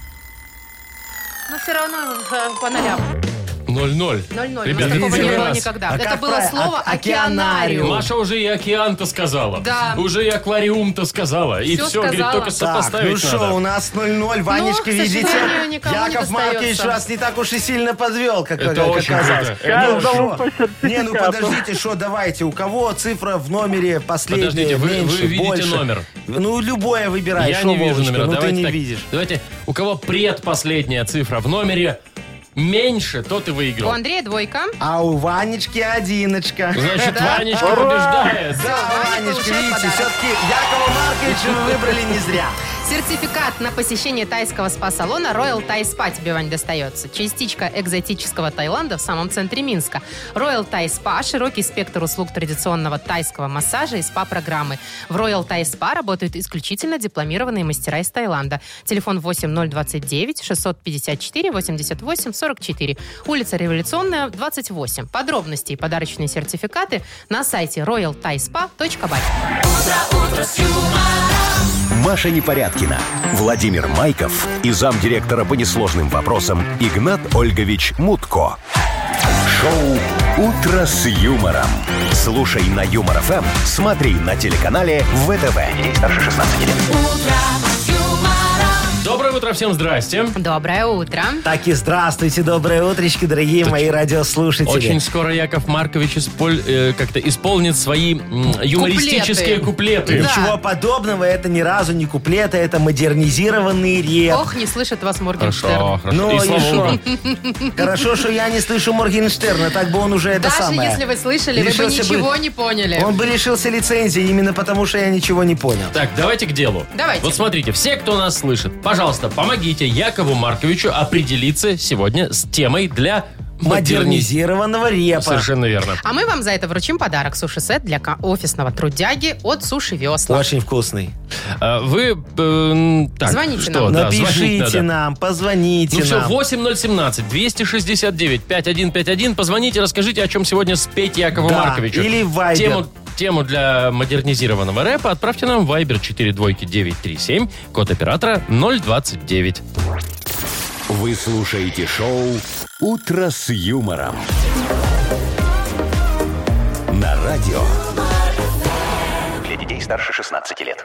Но все равно э, по нолям. Ноль-ноль. Ноль-ноль. Ребята, У нас такого не первый было раз. никогда. А Это как было правильно? слово А- океанариум. океанариум. Маша уже и океан-то сказала. Да. Уже и аквариум-то сказала. И Всё все, говорит, сказала. только Так, сопоставить ну что, надо. у нас ноль-ноль. Ванечка, к видите, сожалению, никому не Яков Маркович достается. вас не так уж и сильно подвел, как, Это как очень оказалось. круто. Ну, Каждому шо? по сертификату. Не, ну подождите, что, давайте, у кого цифра в номере последняя, Подождите, вы- меньше, вы видите больше? номер? Ну, любое выбирай, Я шо, не вижу Вовочка, номера. ну давайте ты не так. видишь. Давайте, у кого предпоследняя цифра в номере меньше, тот и У выиграл. Андрея двойка. А у Ванечки одиночка. Значит, Да? Ванечка побеждает. Да, Ваня Ванечка, получает видите, подарок. все-таки Якова Марковича вы выбрали не зря. Сертификат на посещение тайского спа-салона Royal Thai Spa тебе, Вань, достается. Частичка экзотического Таиланда в самом центре Минска. Royal Thai Spa – широкий спектр услуг традиционного тайского массажа и спа-программы. В Royal Thai Spa работают исключительно дипломированные мастера из Таиланда. Телефон восемь ноль двадцать девять шестьсот пятьдесят четыре восемьдесят восемь сорок четыре. Улица Революционная, двадцать восемь. Подробности и подарочные сертификаты на сайте роял тай спа точка бай. Маша Непорядкина, Владимир Майков и замдиректора по несложным вопросам Игнат Ольгович Мутко. Шоу «Утро с юмором». Слушай на Юмор ФМ, смотри на телеканале ВТВ. Ей старше шестнадцати лет. Доброе утро, всем здрасте. Доброе утро. Так и здравствуйте, доброе утречко, дорогие мои радиослушатели. Очень скоро Яков Маркович исполь- э, как-то исполнит свои м, юмористические куплеты. Да. Ничего подобного, это ни разу не куплеты, это модернизированный реп. Ох, не слышит вас Моргенштерн. Хорошо, хорошо. Ну и и слава шо? богу. Хорошо, что я не слышу Моргенштерна, так бы он уже это Даже самое. если вы слышали, вы бы Лишился бы- ничего не поняли. Он бы лишился лицензии именно потому, что я ничего не понял. Так, давайте к делу. Давайте. Вот смотрите, все, кто нас слышит, пожалуйста, помогите Якову Марковичу определиться сегодня с темой для модерни- Модернизированного репа. Совершенно верно. А мы вам за это вручим подарок. Суши-сет для ка- офисного трудяги от Суши Весла. Очень вкусный. А, Вы... э, так, Звоните что, нам. да, звонить Напишите надо. нам, позвоните Ну все, нам. восемь ноль семнадцать двести шестьдесят девять пятьдесят один пятьдесят один. Позвоните, расскажите, о чем сегодня спеть Якову Да, Марковичу. или в Viber. Тему, тему для модернизированного рэпа отправьте нам в Viber четыре двойки девять три семь, код оператора ноль двадцать девять. Вы слушаете шоу «Утро с юмором». На радио Для детей старше шестнадцати лет.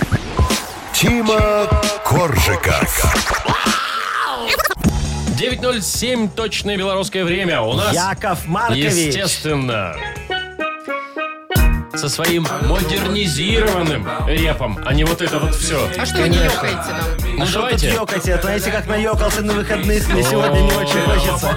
Тима Коржика. девять ноль семь, точное белорусское время. У нас, Яков Маркович. естественно, со своим модернизированным репом, а не вот это вот все. А что вы не ёкаете нам? Ну, Что тут давайте. ёкать? Это, знаете, как наёкался на выходных, мне сегодня не очень хочется.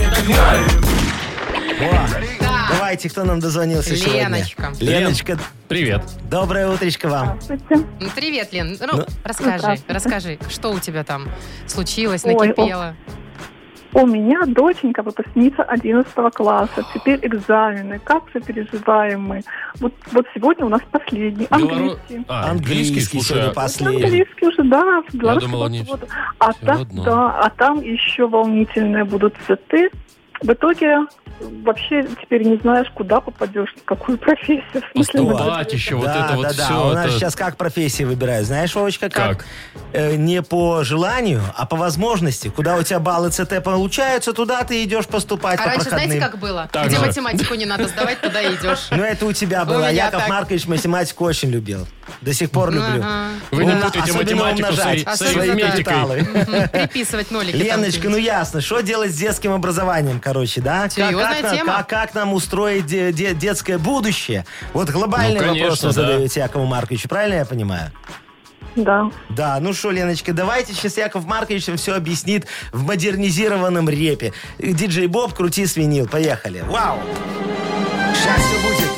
О, Да. давайте, кто нам дозвонился сегодня? Леночка. Леночка, Привет. доброе утречко вам. Ну, привет, Лен. Ну, Ну, расскажи, здравствуйте. расскажи, что у тебя там случилось, Ой, накипело? У меня доченька выпускница одиннадцатого класса. Теперь экзамены. Как же переживаем мы. Вот, вот сегодня у нас последний. Белору- Английский. А, Английский слушай, сегодня а- последний. Английский уже, да. в белорусском думал, они вот. А, всё там, одно. да, а там еще волнительные будут цветы. В итоге вообще теперь не знаешь, куда попадешь, в какую профессию. В смысле, Поступать еще, вот да, это вот да, да. все. У нас сейчас как профессии выбирают? Знаешь, Вовочка, как? Как? Э, не по желанию, а по возможности. Куда у тебя баллы ЦТ получаются, туда ты идешь поступать А по раньше, проходным. знаете, как было? Так Где же. математику не надо сдавать, туда и идешь. Ну, это у тебя У было. меня Яков так. Маркович математику очень любил. До сих пор люблю. Ага. Вы не Умно- путайте особенно математику с умножать ари- с Особенно, да. арифметикой. Мгм, Приписывать нолики. там Леночка, где-нибудь. ну ясно, что делать с детским образованием, короче, да? Как- Серьезная как, нам- тема? Как, как нам устроить де- де- детское будущее? Вот глобальный Ну, конечно, вопрос вы да. задаете Якову Марковичу, правильно я понимаю? Да. Да, ну что, Леночка, давайте сейчас Яков Маркович все объяснит в модернизированном репе. Диджей Боб, крути свинил, поехали. Вау! Сейчас все будет.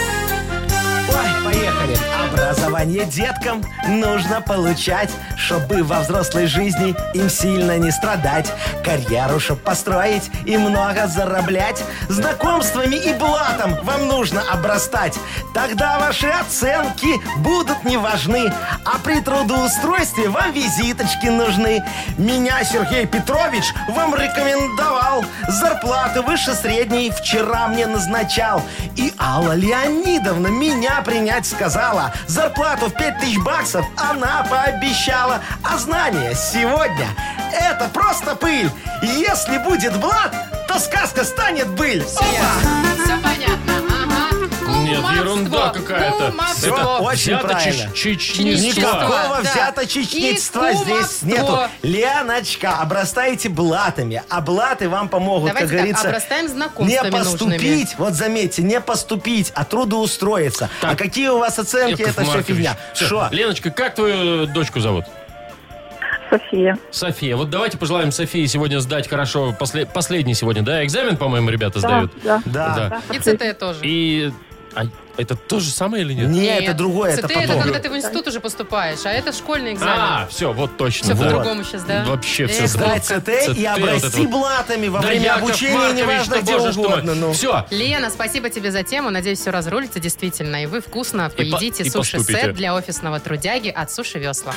Ой, поехали. Образование деткам нужно получать, чтобы во взрослой жизни им сильно не страдать. Карьеру, чтоб построить и много зараблять. Знакомствами и блатом вам нужно обрастать. Тогда ваши оценки будут не важны. А при трудоустройстве вам визиточки нужны. Меня Сергей Петрович вам рекомендовал. Зарплаты выше средней вчера мне назначал. И Алла Леонидовна меня принять сказала. Зарплату в пять тысяч баксов она пообещала. А знания сегодня это просто пыль. Если будет блат, то сказка станет быль. Опа! Все понятно. Ага. Нет, Кумовство. ерунда какая-то. Кумовство. Это очень взято правильно. чеч- Чечничество. чечничество. Никакого Да. взято-чечничества И здесь кумовство. нету. Леночка, обрастайте блатами. А блаты вам помогут, Давайте как так, говорится, обрастаем не знакомствами поступить, нужными. вот заметьте, не поступить, а трудоустроиться. А какие у вас оценки, Яков это все Маркович. фигня. Всё. Что? Леночка, как твою дочку зовут? София. София. Вот давайте пожелаем Софии сегодня сдать хорошо. После- последний сегодня, да, экзамен, по-моему, ребята сдают. Да, Да. И ЦТ тоже. И а, это то же самое или нет? Не, это другое, это ЦТ это потом. когда ты в институт уже поступаешь, а это школьный экзамен. А, все, вот точно. Все да. по-другому сейчас, да? Вообще все Эх, Сдать Вовка. ЦТ и ЦТ, обрасти вот это вот. блатами во Да, время Яков обучения, Маркович, неважно да где боже ж ты мой. угодно. Ну. Все. Лена, спасибо тебе за тему. Надеюсь, все разрулится действительно. И вы вкусно И по- поедите и поступите. суши-сет для офисного трудяги от Суши Весла.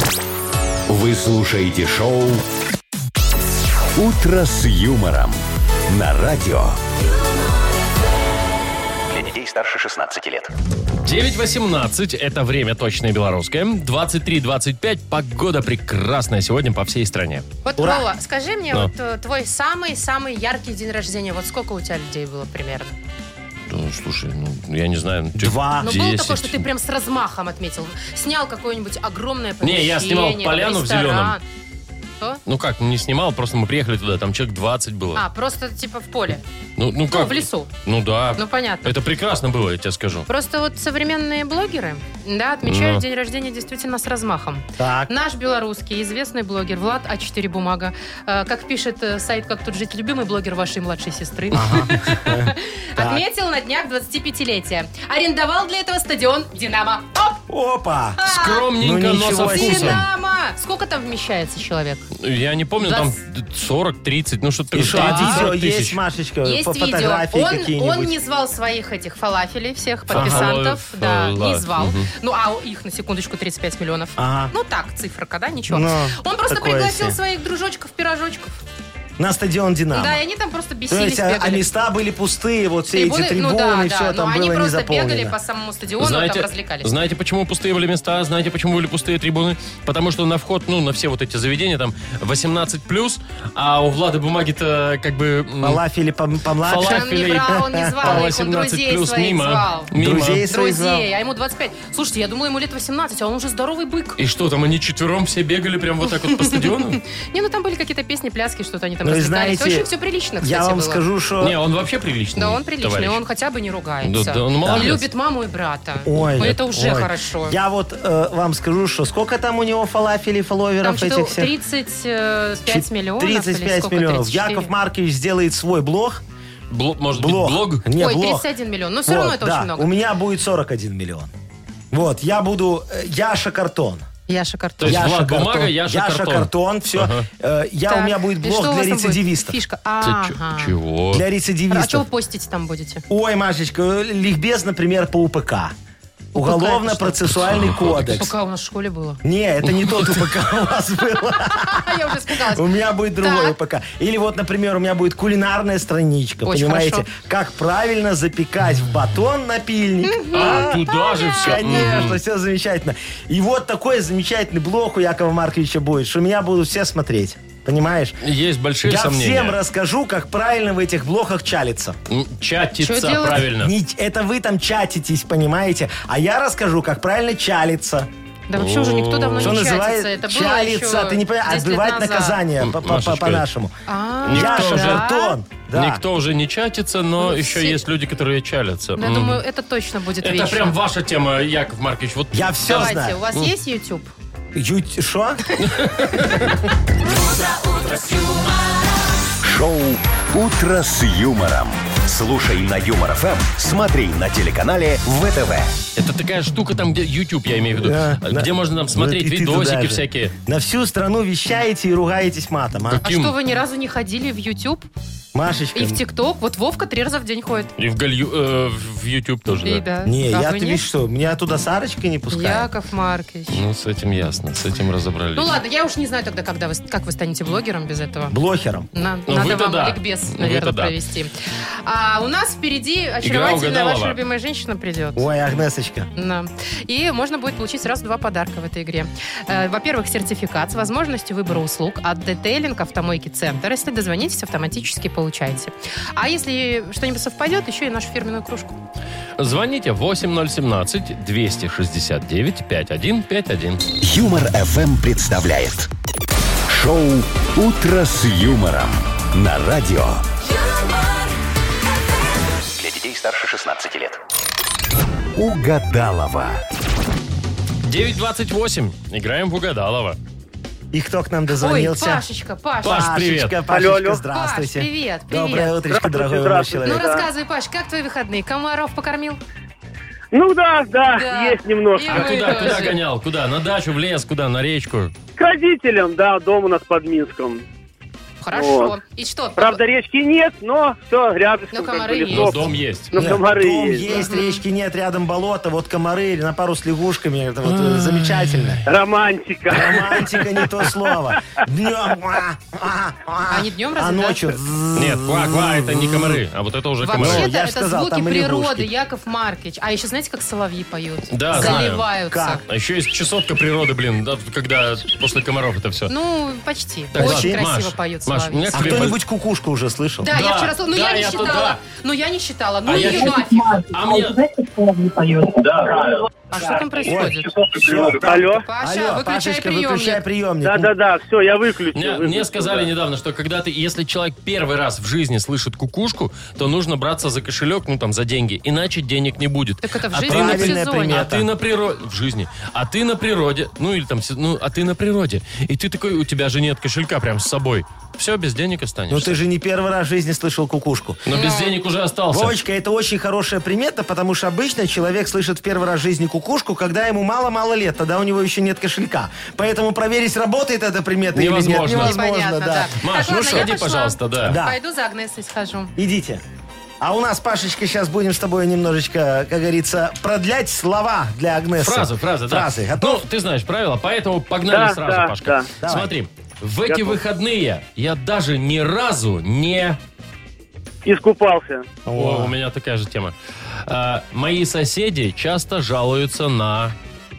Вы слушаете шоу «Утро с юмором» на радио. Для детей старше шестнадцати лет. девять восемнадцать, это время точное белорусское. двадцать три двадцать пять, погода прекрасная сегодня по всей стране. Вот, Ура! Вова, скажи мне, Да. вот э, твой самый-самый яркий день рождения, вот сколько у тебя людей было примерно? Ну, слушай, ну, я не знаю. ну, Два. Ну, было десять. такое, что ты прям с размахом отметил. Снял какое-нибудь огромное помещение. Не, я снимал там, поляну в ресторан. зеленом. Что? Ну как, не снимал, просто мы приехали туда, там человек двадцать было. А, просто типа в поле. Ну, ну как? в лесу. Ну да. Ну, понятно. Это прекрасно было, я тебе скажу. Просто вот современные блогеры, да, отмечают Ну. день рождения действительно с размахом. Так. Наш белорусский известный блогер Влад А четыре Бумага, э, как пишет э, сайт «Как тут жить», любимый блогер вашей младшей сестры, отметил на днях двадцатипятилетие. Арендовал для этого стадион «Динамо». Оп! Опа! Скромненько, Ну, но со ничего себе. вкусом. «Динамо». Сколько там вмещается человек? Я не помню, там сорок тридцать, ну что-то И такое. что, а тридцать, видео сорок тысяч. есть, Машечка? Есть По видео. фотографии Он, какие-нибудь? он не звал своих этих фалафелей, всех подписантов. Ага, да, фала- не звал. мгм. Ну, а их, на секундочку, тридцать пять миллионов. Ага. Ну, так, циферка, да, ничего. Ну, он просто такое пригласил себе. своих дружочков-пирожочков. На стадион «Динамо». Да, и они там просто То бесились, есть, а, а бегали. места были пустые, вот все эти трибуны, ну да, все да, там но было они не просто заполнено. бегали по самому стадиону, Знаете, там развлекались. знаете, почему пустые были места? Знаете, почему были пустые трибуны? Потому что на вход, ну, на все вот эти заведения там восемнадцать плюс, а у Влада бумаги-то как бы... м, Фалафели пом- помладше. Фалафели. Он не брал, он не звал по их, он восемнадцать друзей плюс своих мимо. звал. Мимо. Друзей своих звал. Друзей, а ему двадцать пять. Слушайте, я думала, ему лет восемнадцать, а он уже здоровый бык. И что, там они четвером все бегали прям вот так вот по стадиону? Не, ну там были какие-то песни, пляски, что-то они там Ну и развлекались. знаете, Очень все прилично, кстати, я вам было. скажу, что... Не, он вообще приличный. Да, он приличный, товарищ. он хотя бы не ругается. Да, да, он И молодец. любит маму и брата. Ой, Ну, это уже ой. хорошо. Я вот э, вам скажу, что сколько там у него фалафелей, фолловеров Там этих что, всех? тридцать пять миллионов? тридцать или пять сколько, миллионов. тридцать четыре? Яков Маркович сделает свой блог. Блог, может Блог. быть, блог? Не, Ой, блог. тридцать один миллион. Но все Вот, равно это да. очень много. У меня будет сорок один миллион. Вот, я буду э, Яша Картон. Яша То Картон. есть Яша Влад Картон. бумага, Яша картон. картон, все. Ага. Я, Так, у меня будет и блог что у для вас там будет? рецидивистов. Фишка. Ты Ага. чё- Чего? Для А что рецидивистов. вы постить там будете? Ой, Машечка, ликбез, например, по УПК. Уголовно-процессуальный кодекс. Пока у нас в школе было. Не, это не тот УПК у вас был. Я уже испугалась. У меня будет другой Так. УПК. Или вот, например, у меня будет кулинарная страничка. Очень Понимаете? хорошо. Как правильно запекать в батон напильник. А, туда же все. Конечно, все замечательно. И вот такой замечательный блог у Якова Марковича будет, что меня будут все смотреть. Понимаешь? Есть большие Я сомнения. всем расскажу, как правильно в этих блогах чалиться. М, Чатиться, Чё делать? правильно. Не- это вы там чатитесь, понимаете? А я расскажу, как правильно чалиться. Да вообще уже никто давно Что не чатится. называется Это было чалиться. еще Ты не понимаешь, десять лет отбывать назад. наказание М, по- по- Машечка, по-нашему. А, Яша да? Картон. Да. Никто уже не чатится, но Ну, еще все- есть люди, которые чалятся. Я М. думаю, это точно будет Это вечно. прям ваша тема, Яков Маркович. Вот Я все Давайте, знаю. у вас есть YouTube? Ють- Шо? Шоу «Утро с юмором». Слушай на Юмор ФМ, смотри на телеканале ВТВ. это такая штука там, где YouTube, я имею в виду, Да, где да. можно там смотреть Ну, и ты видосики туда же. всякие. На всю страну вещаете и ругаетесь матом, а? А Каким? что, вы ни разу не ходили в YouTube Машечка. и в ТикТок? Вот Вовка три раза в день ходит. И в, Галью, э, в YouTube тоже, И да. да. Не, А я вы ты нет? видишь что, меня туда Сарочка не пускает. Яков Маркович. Ну, с этим ясно, с этим разобрались. Ну ладно, я уж не знаю тогда, когда вы, как вы станете блогером без этого. Блохером. На- Ну, надо вы-то вам да. ликбез, Вы-то наверное, да. провести. А у нас впереди очаровательная угадалова. ваша любимая женщина придет. Ой, Агнесочка. Да. И можно будет получить сразу два подарка в этой игре. Э, Во-первых, сертификат с возможностью выбора услуг от Детейлинг Автомойки Центр. Если дозвонитесь, автоматически получаете. А если что-нибудь совпадет, еще и нашу фирменную кружку. Звоните восемь ноль семнадцать двести шестьдесят девять пятьдесят один пятьдесят один. Юмор ФМ представляет шоу «Утро с юмором» на радио. Для детей старше шестнадцати лет. Угадалова. девять двадцать восемь. Играем в Угадалова. И кто к нам Ой, дозвонился? Пашечка, Паша. Паш, привет. Пашечка, Пашечка, Алло, алло. здравствуйте. Паш, привет, привет. Доброе утречко, дорогой мой здравствуйте. Ну, человек. Да. рассказывай, Паш, как твои выходные? Комаров покормил? Ну да, да, Да. есть немножко. И А мы куда, тоже. куда гонял? Куда? На дачу, в лес, куда? На речку? К родителям, да, дом у нас под Минском. Хорошо. Вот. И что? Правда, речки нет, но все рядом. Но как бы, комары лесов. Но Есть. дом есть. Ну, Нет, комары дом есть. есть, речки нет, рядом болото, вот комары или на пару с лягушками. Это вот э, замечательно. Романтика. Романтика не то слово. Днем. а, а, а, Они днем А разве, да? ночью. Нет, ква-ква, это не комары, а вот это уже комары. Вообще-то Ну, я ж это сказал, звуки там и природы, лягушки. Яков Маркович. А еще знаете, как соловьи поют? Да, знаю. Заливаются. Как? А еще есть чесотка природы, блин, да, когда после комаров это все. Ну, почти. Так, Очень ладно, красиво Маш, поют Маш, соловьи. у меня А к тебе кто-нибудь кукушку уже слышал? Да, я Да, вчера слышала. Ну, да, я не я тут, считала. да. Ну, я не считала. Ну, А ее я- нафиг. А мне... А что там происходит? Алло. Паша, Алло, выключай Пашечка, выключай приемник. приемник. Да-да-да, все, я выключил. Мне, выключил, мне сказали да. недавно, что когда ты, если человек первый раз в жизни слышит кукушку, то нужно браться за кошелек, ну там за деньги, иначе денег не будет. Так это в А жизни ты или в правильная сезоне? примета. А ты на природе, в жизни, а ты на природе, ну или там, се- ну, а ты на природе, и ты такой, у тебя же нет кошелька прям с собой. Все, без денег останешься. Ну ты же не первый раз в жизни слышал кукушку. Но без денег уже остался. Вовочка, это очень хорошая примета, потому что обычно человек слышит в первый раз в жизни кукушку, когда ему мало-мало лет, тогда у него еще нет кошелька. Поэтому проверить, работает эта примета Невозможно. или нет, невозможно. Непонятно, да. Маш, Так, ну ладно, я сходи, пошла. пожалуйста, да. Да. Пойду за Агнесой схожу. Идите. А у нас, Пашечка, сейчас будем с тобой немножечко, как говорится, продлять слова для Агнесы. Фразы, фразы, да. Фразы. Готов? Ну, ты знаешь правила, поэтому погнали Да, сразу, да, Пашка. да. Давай. Смотри, в эти Готов. выходные я даже ни разу не... Искупался. О, у меня такая же тема. А, мои соседи часто жалуются на...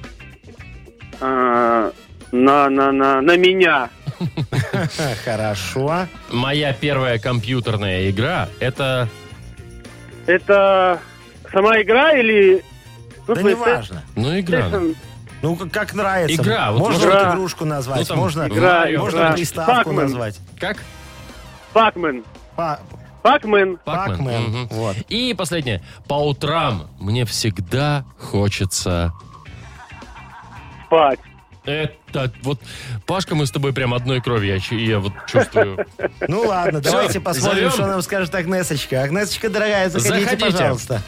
А, на, на, на, на меня. Хорошо. Моя первая компьютерная игра — это... Это сама игра или... Ну, Да в смысле, неважно. Ну, игра. ну. Ну, как- как нравится. Игра, вот Можно игра. вот игрушку назвать, Ну, там можно, игра, можно игра. приставку Пакмен. назвать. Как? Пакмен. Па- Пакмен. Пакмен. Пакмен. Мгм. Вот. И последнее. По утрам мне всегда хочется... Спать. Это вот, Пашка, мы с тобой прям одной крови, я, чу- я вот чувствую. Ну ладно, Всё, давайте посмотрим, зовем? что нам скажет Агнесочка. Агнесочка, дорогая, заходите, Заходите. пожалуйста.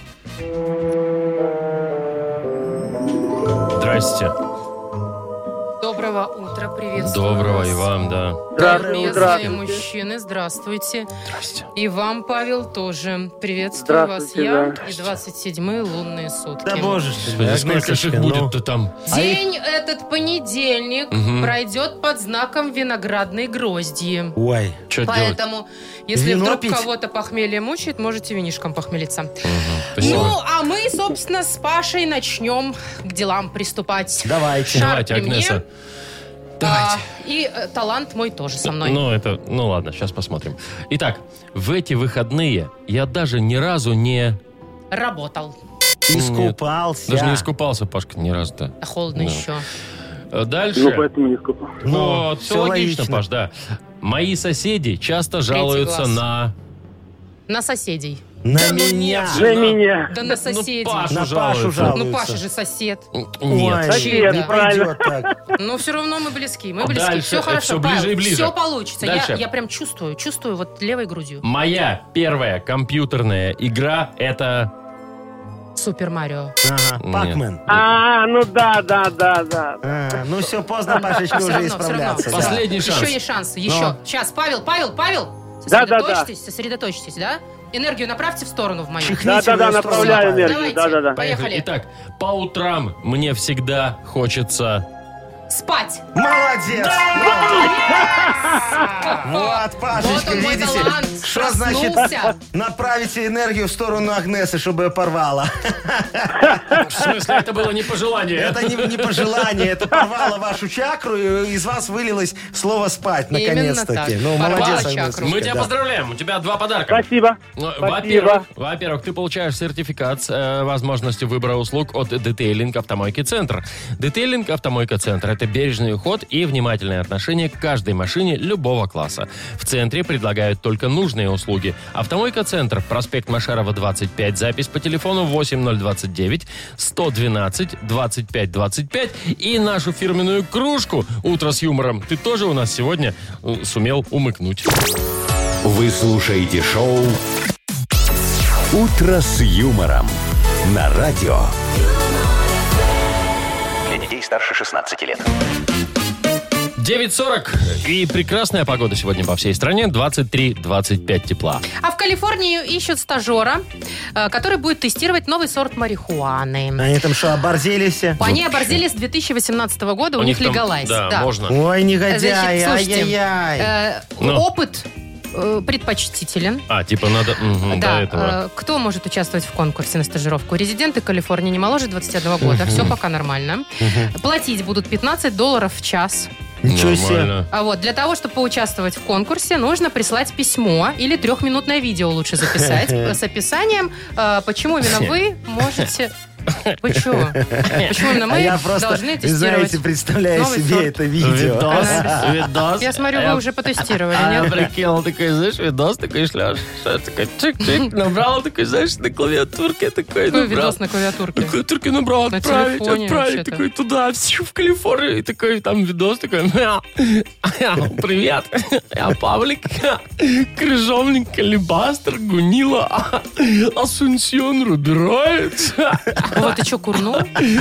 Здрасте. Доброго утра, приветствую Доброго вас. и вам, да. Здравствуйте. Местные мужчины, здравствуйте. Здрасте. И вам, Павел, тоже. Приветствую вас Здравствуйте, я да. и двадцать седьмые лунные сутки. Да боже ж ты, Да сколько ж их Агнесочка, ну. будет-то там? День этот понедельник пройдет под знаком виноградной гроздьи. Ой, Что делать? Поэтому, если Вино вдруг пить? кого-то похмелье мучает, можете винишком похмелиться. Спасибо. Ну, а мы, собственно, с Пашей начнем к делам приступать. давайте. Шар Давайте, при мне. Агнеса. Давайте. А, и э, талант мой тоже со мной. Ну, это, ну ладно, сейчас посмотрим. Итак, в эти выходные я даже ни разу не... Работал. Искупался. Даже не искупался, Пашка, ни разу-то. А холодно Да. еще. Э, Дальше. Ну, поэтому не скупал. Ну, Вот, все всё логично, логично. Паш, да. Мои соседи часто жалуются глаз. на... На соседей. На Да ну меня. нет За меня. Да на соседей. Ну, Пашу На Пашу жалуются. жалуются. Ну, Паша же сосед. Нет. Ой, Сосед, не правильно. пойдет так. Но все равно мы близки. Мы близки. Дальше, Все это хорошо, всё ближе Павел, и ближе. Все получится. Я, Дальше. я прям чувствую, чувствую вот левой грудью. Моя первая компьютерная игра — это... Супер Марио. Ага, Пакмен. А, ну да, да, да, да. А, ну все, поздно, Пашечка, Все уже равно, все равно. исправляться. всё да. равно. Последний шанс. Еще есть шанс. Еще. Сейчас, Павел, Павел, Павел. Да, да, да. Сосредоточьтесь, сосредоточьтесь, да? Энергию направьте в сторону в мою. Чихните Да, да, в да, ее сторону, направляю Павел. энергию. Давайте. Да, да, да. Поехали. Итак, по утрам мне всегда хочется... Спать. Молодец! Вот, Вот Пашечка, он, мой видите? талант. Что значит Проснулся. направите энергию в сторону Агнесы, чтобы ее порвала? В смысле, это было не пожелание? Это не, не пожелание, это порвало вашу чакру, и из вас вылилось слово «спать», Именно наконец-таки. так. Ну, Порвало молодец, чакру. Агнесочка, Мы тебя да. поздравляем. У тебя два подарка. Спасибо. Ну, Спасибо. Во-первых, во-первых, ты получаешь сертификат с э, возможностью выбора услуг от Детейлинг Автомойки Центр. Детейлинг Автомойка Центр — это бережный уход и внимательное отношение к каждой машине любого класса. В центре предлагают только нужные услуги. Автомойка Центр, проспект Машерова, двадцать пять, запись по телефону восемь ноль двадцать девять сто двенадцать двадцать пять двадцать пять и нашу фирменную кружку «Утро с юмором» ты тоже у нас сегодня э, сумел умыкнуть. Вы слушаете шоу «Утро с юмором» на радио. Для детей старше шестнадцати лет. девять сорок и прекрасная погода сегодня по всей стране. двадцать три двадцать пять тепла. А в Калифорнии ищут стажера, э, который будет тестировать новый сорт марихуаны. Они там что, оборзелись все? Они оборзели с две тысячи восемнадцатого года, у, них там, легалайз. Да, можно. Ой, негодяй, Значит, слушайте, ай-яй-яй. э, Ну. опыт э, предпочтителен. А, типа надо мгм, до Да, этого. э, кто может участвовать в конкурсе на стажировку? Резиденты Калифорнии не моложе двадцати одного года. Все пока нормально. Платить будут пятнадцать долларов в час. Ничего себе. Нормально. А вот для того, чтобы поучаствовать в конкурсе, нужно прислать письмо или трехминутное видео лучше записать с описанием, э, почему именно вы можете... Почему? Почему именно А мы я просто, должны вы тестировать? знаете, представляю новый себе сорт. это видео. Видос, видос. Я смотрю, вы уже потестировали, А я нет? прикинул, такой, знаешь, видос такой шлешь. Что такой чик-чик, набрал такой, знаешь, на клавиатурке такой Какой набрал. видос на клавиатурке? На клавиатурке набрал, На отправить, телефоне отправить, вообще-то. такой туда, всю в Калифорнию, и такой там видос такой, привет, я Павлик, крыжовник, Калибастер, Гунила, Асунсьон, Рубероид. Вот ты что, курнул?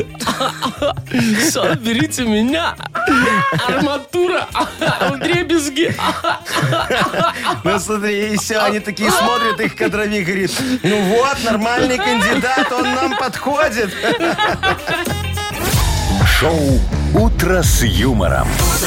Соберите меня, арматура, вдребезги. Ну смотри, и все, они такие смотрят, их кадровик говорит, ну вот, нормальный кандидат, он нам подходит. Шоу «Утро с юмором».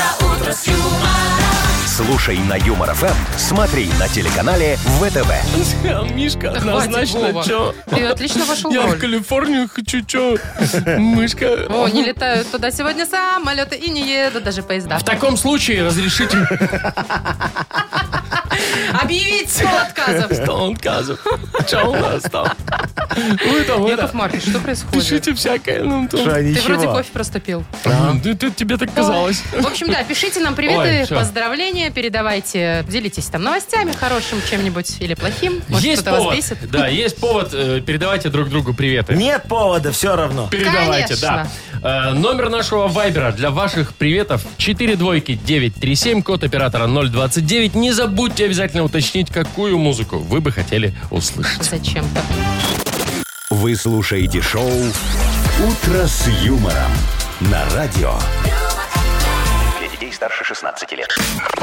Слушай на Юмор ФМ, смотри на телеканале ВТВ. Мишка, Да однозначно, хватит, Вова. чё? Ты отлично вошел в Я в роль. Калифорнию хочу, чё? Мышка. О, не летают туда сегодня самолеты и не едут даже поезда. В таком случае разрешите... Объявить сто отказов. Сто отказов. Что у нас там? Вы там, Яков Маркович, что происходит? пишите всякое. Ну, там. Что, Ты ничего. вроде кофе просто пил. А, ты- ты- Тебе так казалось. В общем, да, пишите нам приветы, Ой, всё. поздравления, передавайте, делитесь там новостями хорошим, чем-нибудь или плохим. Может, Есть кто-то вас повод. бесит. Да, есть повод. э, Передавайте друг другу приветы. Нет повода, все равно. Передавайте, Конечно. да. Э, Номер нашего вайбера для ваших приветов четыре двойки девять три семь, код оператора ноль двадцать девять. Не забудьте обязательно уточнить, какую музыку вы бы хотели услышать. Зачем-то. Вы слушаете шоу «Утро с юмором» на радио. Для детей старше шестнадцати лет.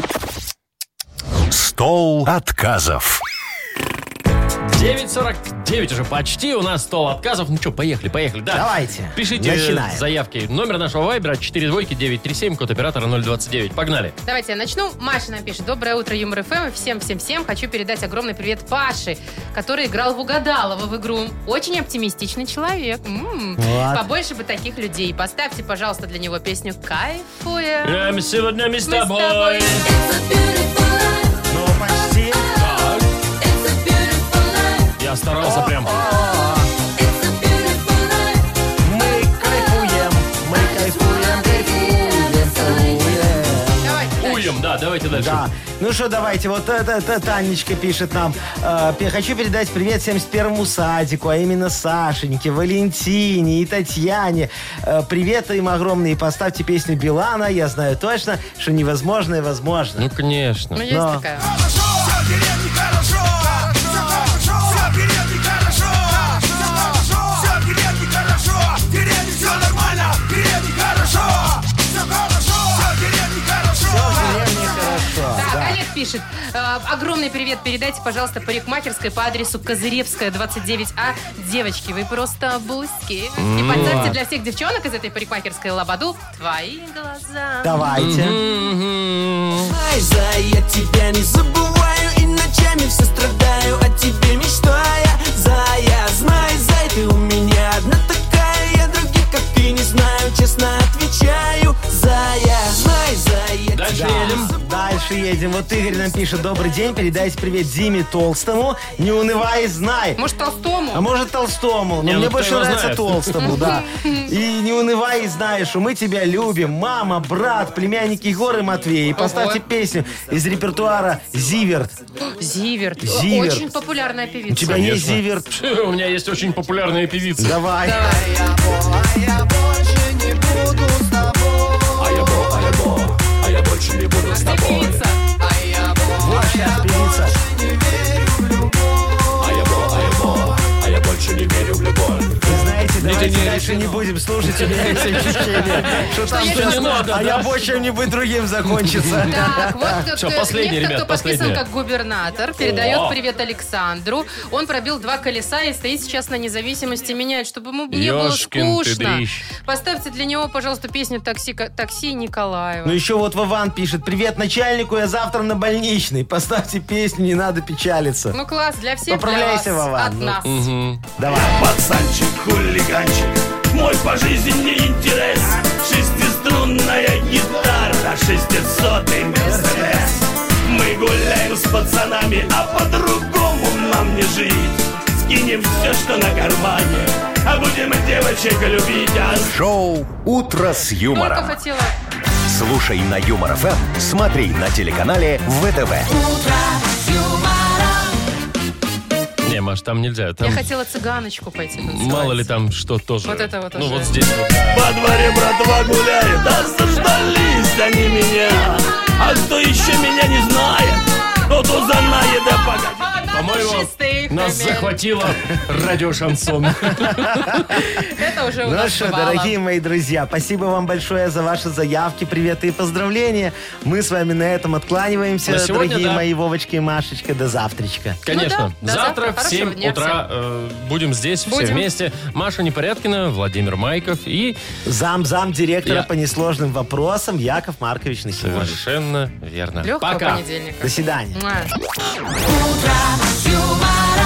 Стол отказов. девять сорок девять уже почти. У нас стол отказов. Ну что, поехали, поехали. Да. Давайте. Пишите Начинаем. заявки. Номер нашего вайбера четыре двойки девять три семь, код оператора ноль двадцать девять. Погнали. Давайте я начну. Маша нам пишет. Доброе утро, Юмор ФМ. И всем-всем-всем хочу передать огромный привет Паше, который играл в Угадалова в игру. Очень оптимистичный человек. М-м. Вот. Побольше бы таких людей. Поставьте, пожалуйста, для него песню «Кайфуя». Эм, Сегодня мы с Мы с тобой. тобой. Ну, почти. Так. Я старался прям. Мы кайфуем, мы кайфуем, кайфуем, кайфуем. Давайте дальше. Уем, да, давайте дальше. Да. Ну что, давайте, вот это, это Танечка пишет нам. э, пе- хочу передать привет семьдесят первому садику, а именно Сашеньке, Валентине и Татьяне. Э, привет им огромные. Поставьте песню Билана. Я знаю точно, что невозможное возможно. Ну, конечно. Ну, есть Но. такая. Так, Олег пишет. э, огромный привет передайте, пожалуйста, парикмахерской по адресу Козыревская, двадцать девять А. Девочки, вы просто бузки. И поставьте для всех девчонок из этой парикмахерской лободу твои глаза. Давайте. Мгм. Ай, зая, я тебя не забываю и ночами все страдаю, о тебе мечтая. Зая, знай, зай, ты у меня одна такая, я других, как ты, не знаю, честно отвечаю. Зая, знай, зай, я Дальше тебя едем. Дальше едем. Вот Игорь нам пишет. Добрый день, передайте привет Диме Толстому. Не унывай, знай. Может, Толстому? А может Толстому. Но Не, ну мне кто больше его нравится знает? Толстому, да. И не унывай, и знаешь, что мы тебя любим. Мама, брат, племянник Егор и Матвей. И поставьте песню из репертуара «Зиверт». Зиверт. Зиверт. Очень популярная певица. У тебя есть Конечно. «Зиверт»? У меня есть очень популярные певицы. Давай. А я бо, а я бо, а я больше не буду с Ты тобой. певица. Вот сейчас певица. А я бо, а я бо, а я больше не верю в любовь. Вы знаете, давайте не дальше не будем слушать. У меня есть ощущение, что там я сейчас не надо, а да? я больше чем-нибудь другим закончится. Так, вот как, Всё, э, последний, некто, ребят, кто подписан последний. как губернатор, передает О! привет Александру. Он пробил два колеса и стоит сейчас на независимости меняет, чтобы ему не было Ёшкин ты скучно. дрищ. Поставьте для него, пожалуйста, песню «Такси, такси Николаева». Ну еще вот Вован пишет. Привет начальнику, я завтра на больничный. Поставьте песню, не надо печалиться. Ну класс, для всех, Поправляйся, для вас, Вован, от ну. нас. Мгм. Давай. Пацанчик, хулиганчик, мой пожизненный интерес. Шестиструнная гитара, шестисотый Мерседес. Мы гуляем с пацанами, а по-другому нам не жить. Скинем все, что на кармане, а будем девочек любить. А Шоу «Утро с Только юмором». хотела... Слушай на Юмор ФМ, смотри на телеканале ВТВ. Не, Маш, там нельзя. Там Я хотела цыганочку пойти танцевать. мало ли там что тоже. Вот это вот Ну уже. вот здесь вот. во дворе братва гуляет, да заждались они меня. А кто еще меня не знает, тот узнает, да погоди. По-моему, Чистый нас хмель. захватило радиошансон. Это уже у Ну нас что, бывало. дорогие мои друзья, спасибо вам большое за ваши заявки, приветы и поздравления. Мы с вами на этом откланиваемся, На сегодня, дорогие да. мои Вовочка и Машечка. До завтрачка. Конечно. Ну да, до завтра завтра. в Хорошего семь дня утра э, будем здесь все Будем. вместе. Маша Непорядкина, Владимир Майков и Зам-зам директора Я. по несложным вопросам Яков Маркович Нахимович. совершенно верно. Легкого Пока. понедельника. До свидания. Муа. утро с юмором.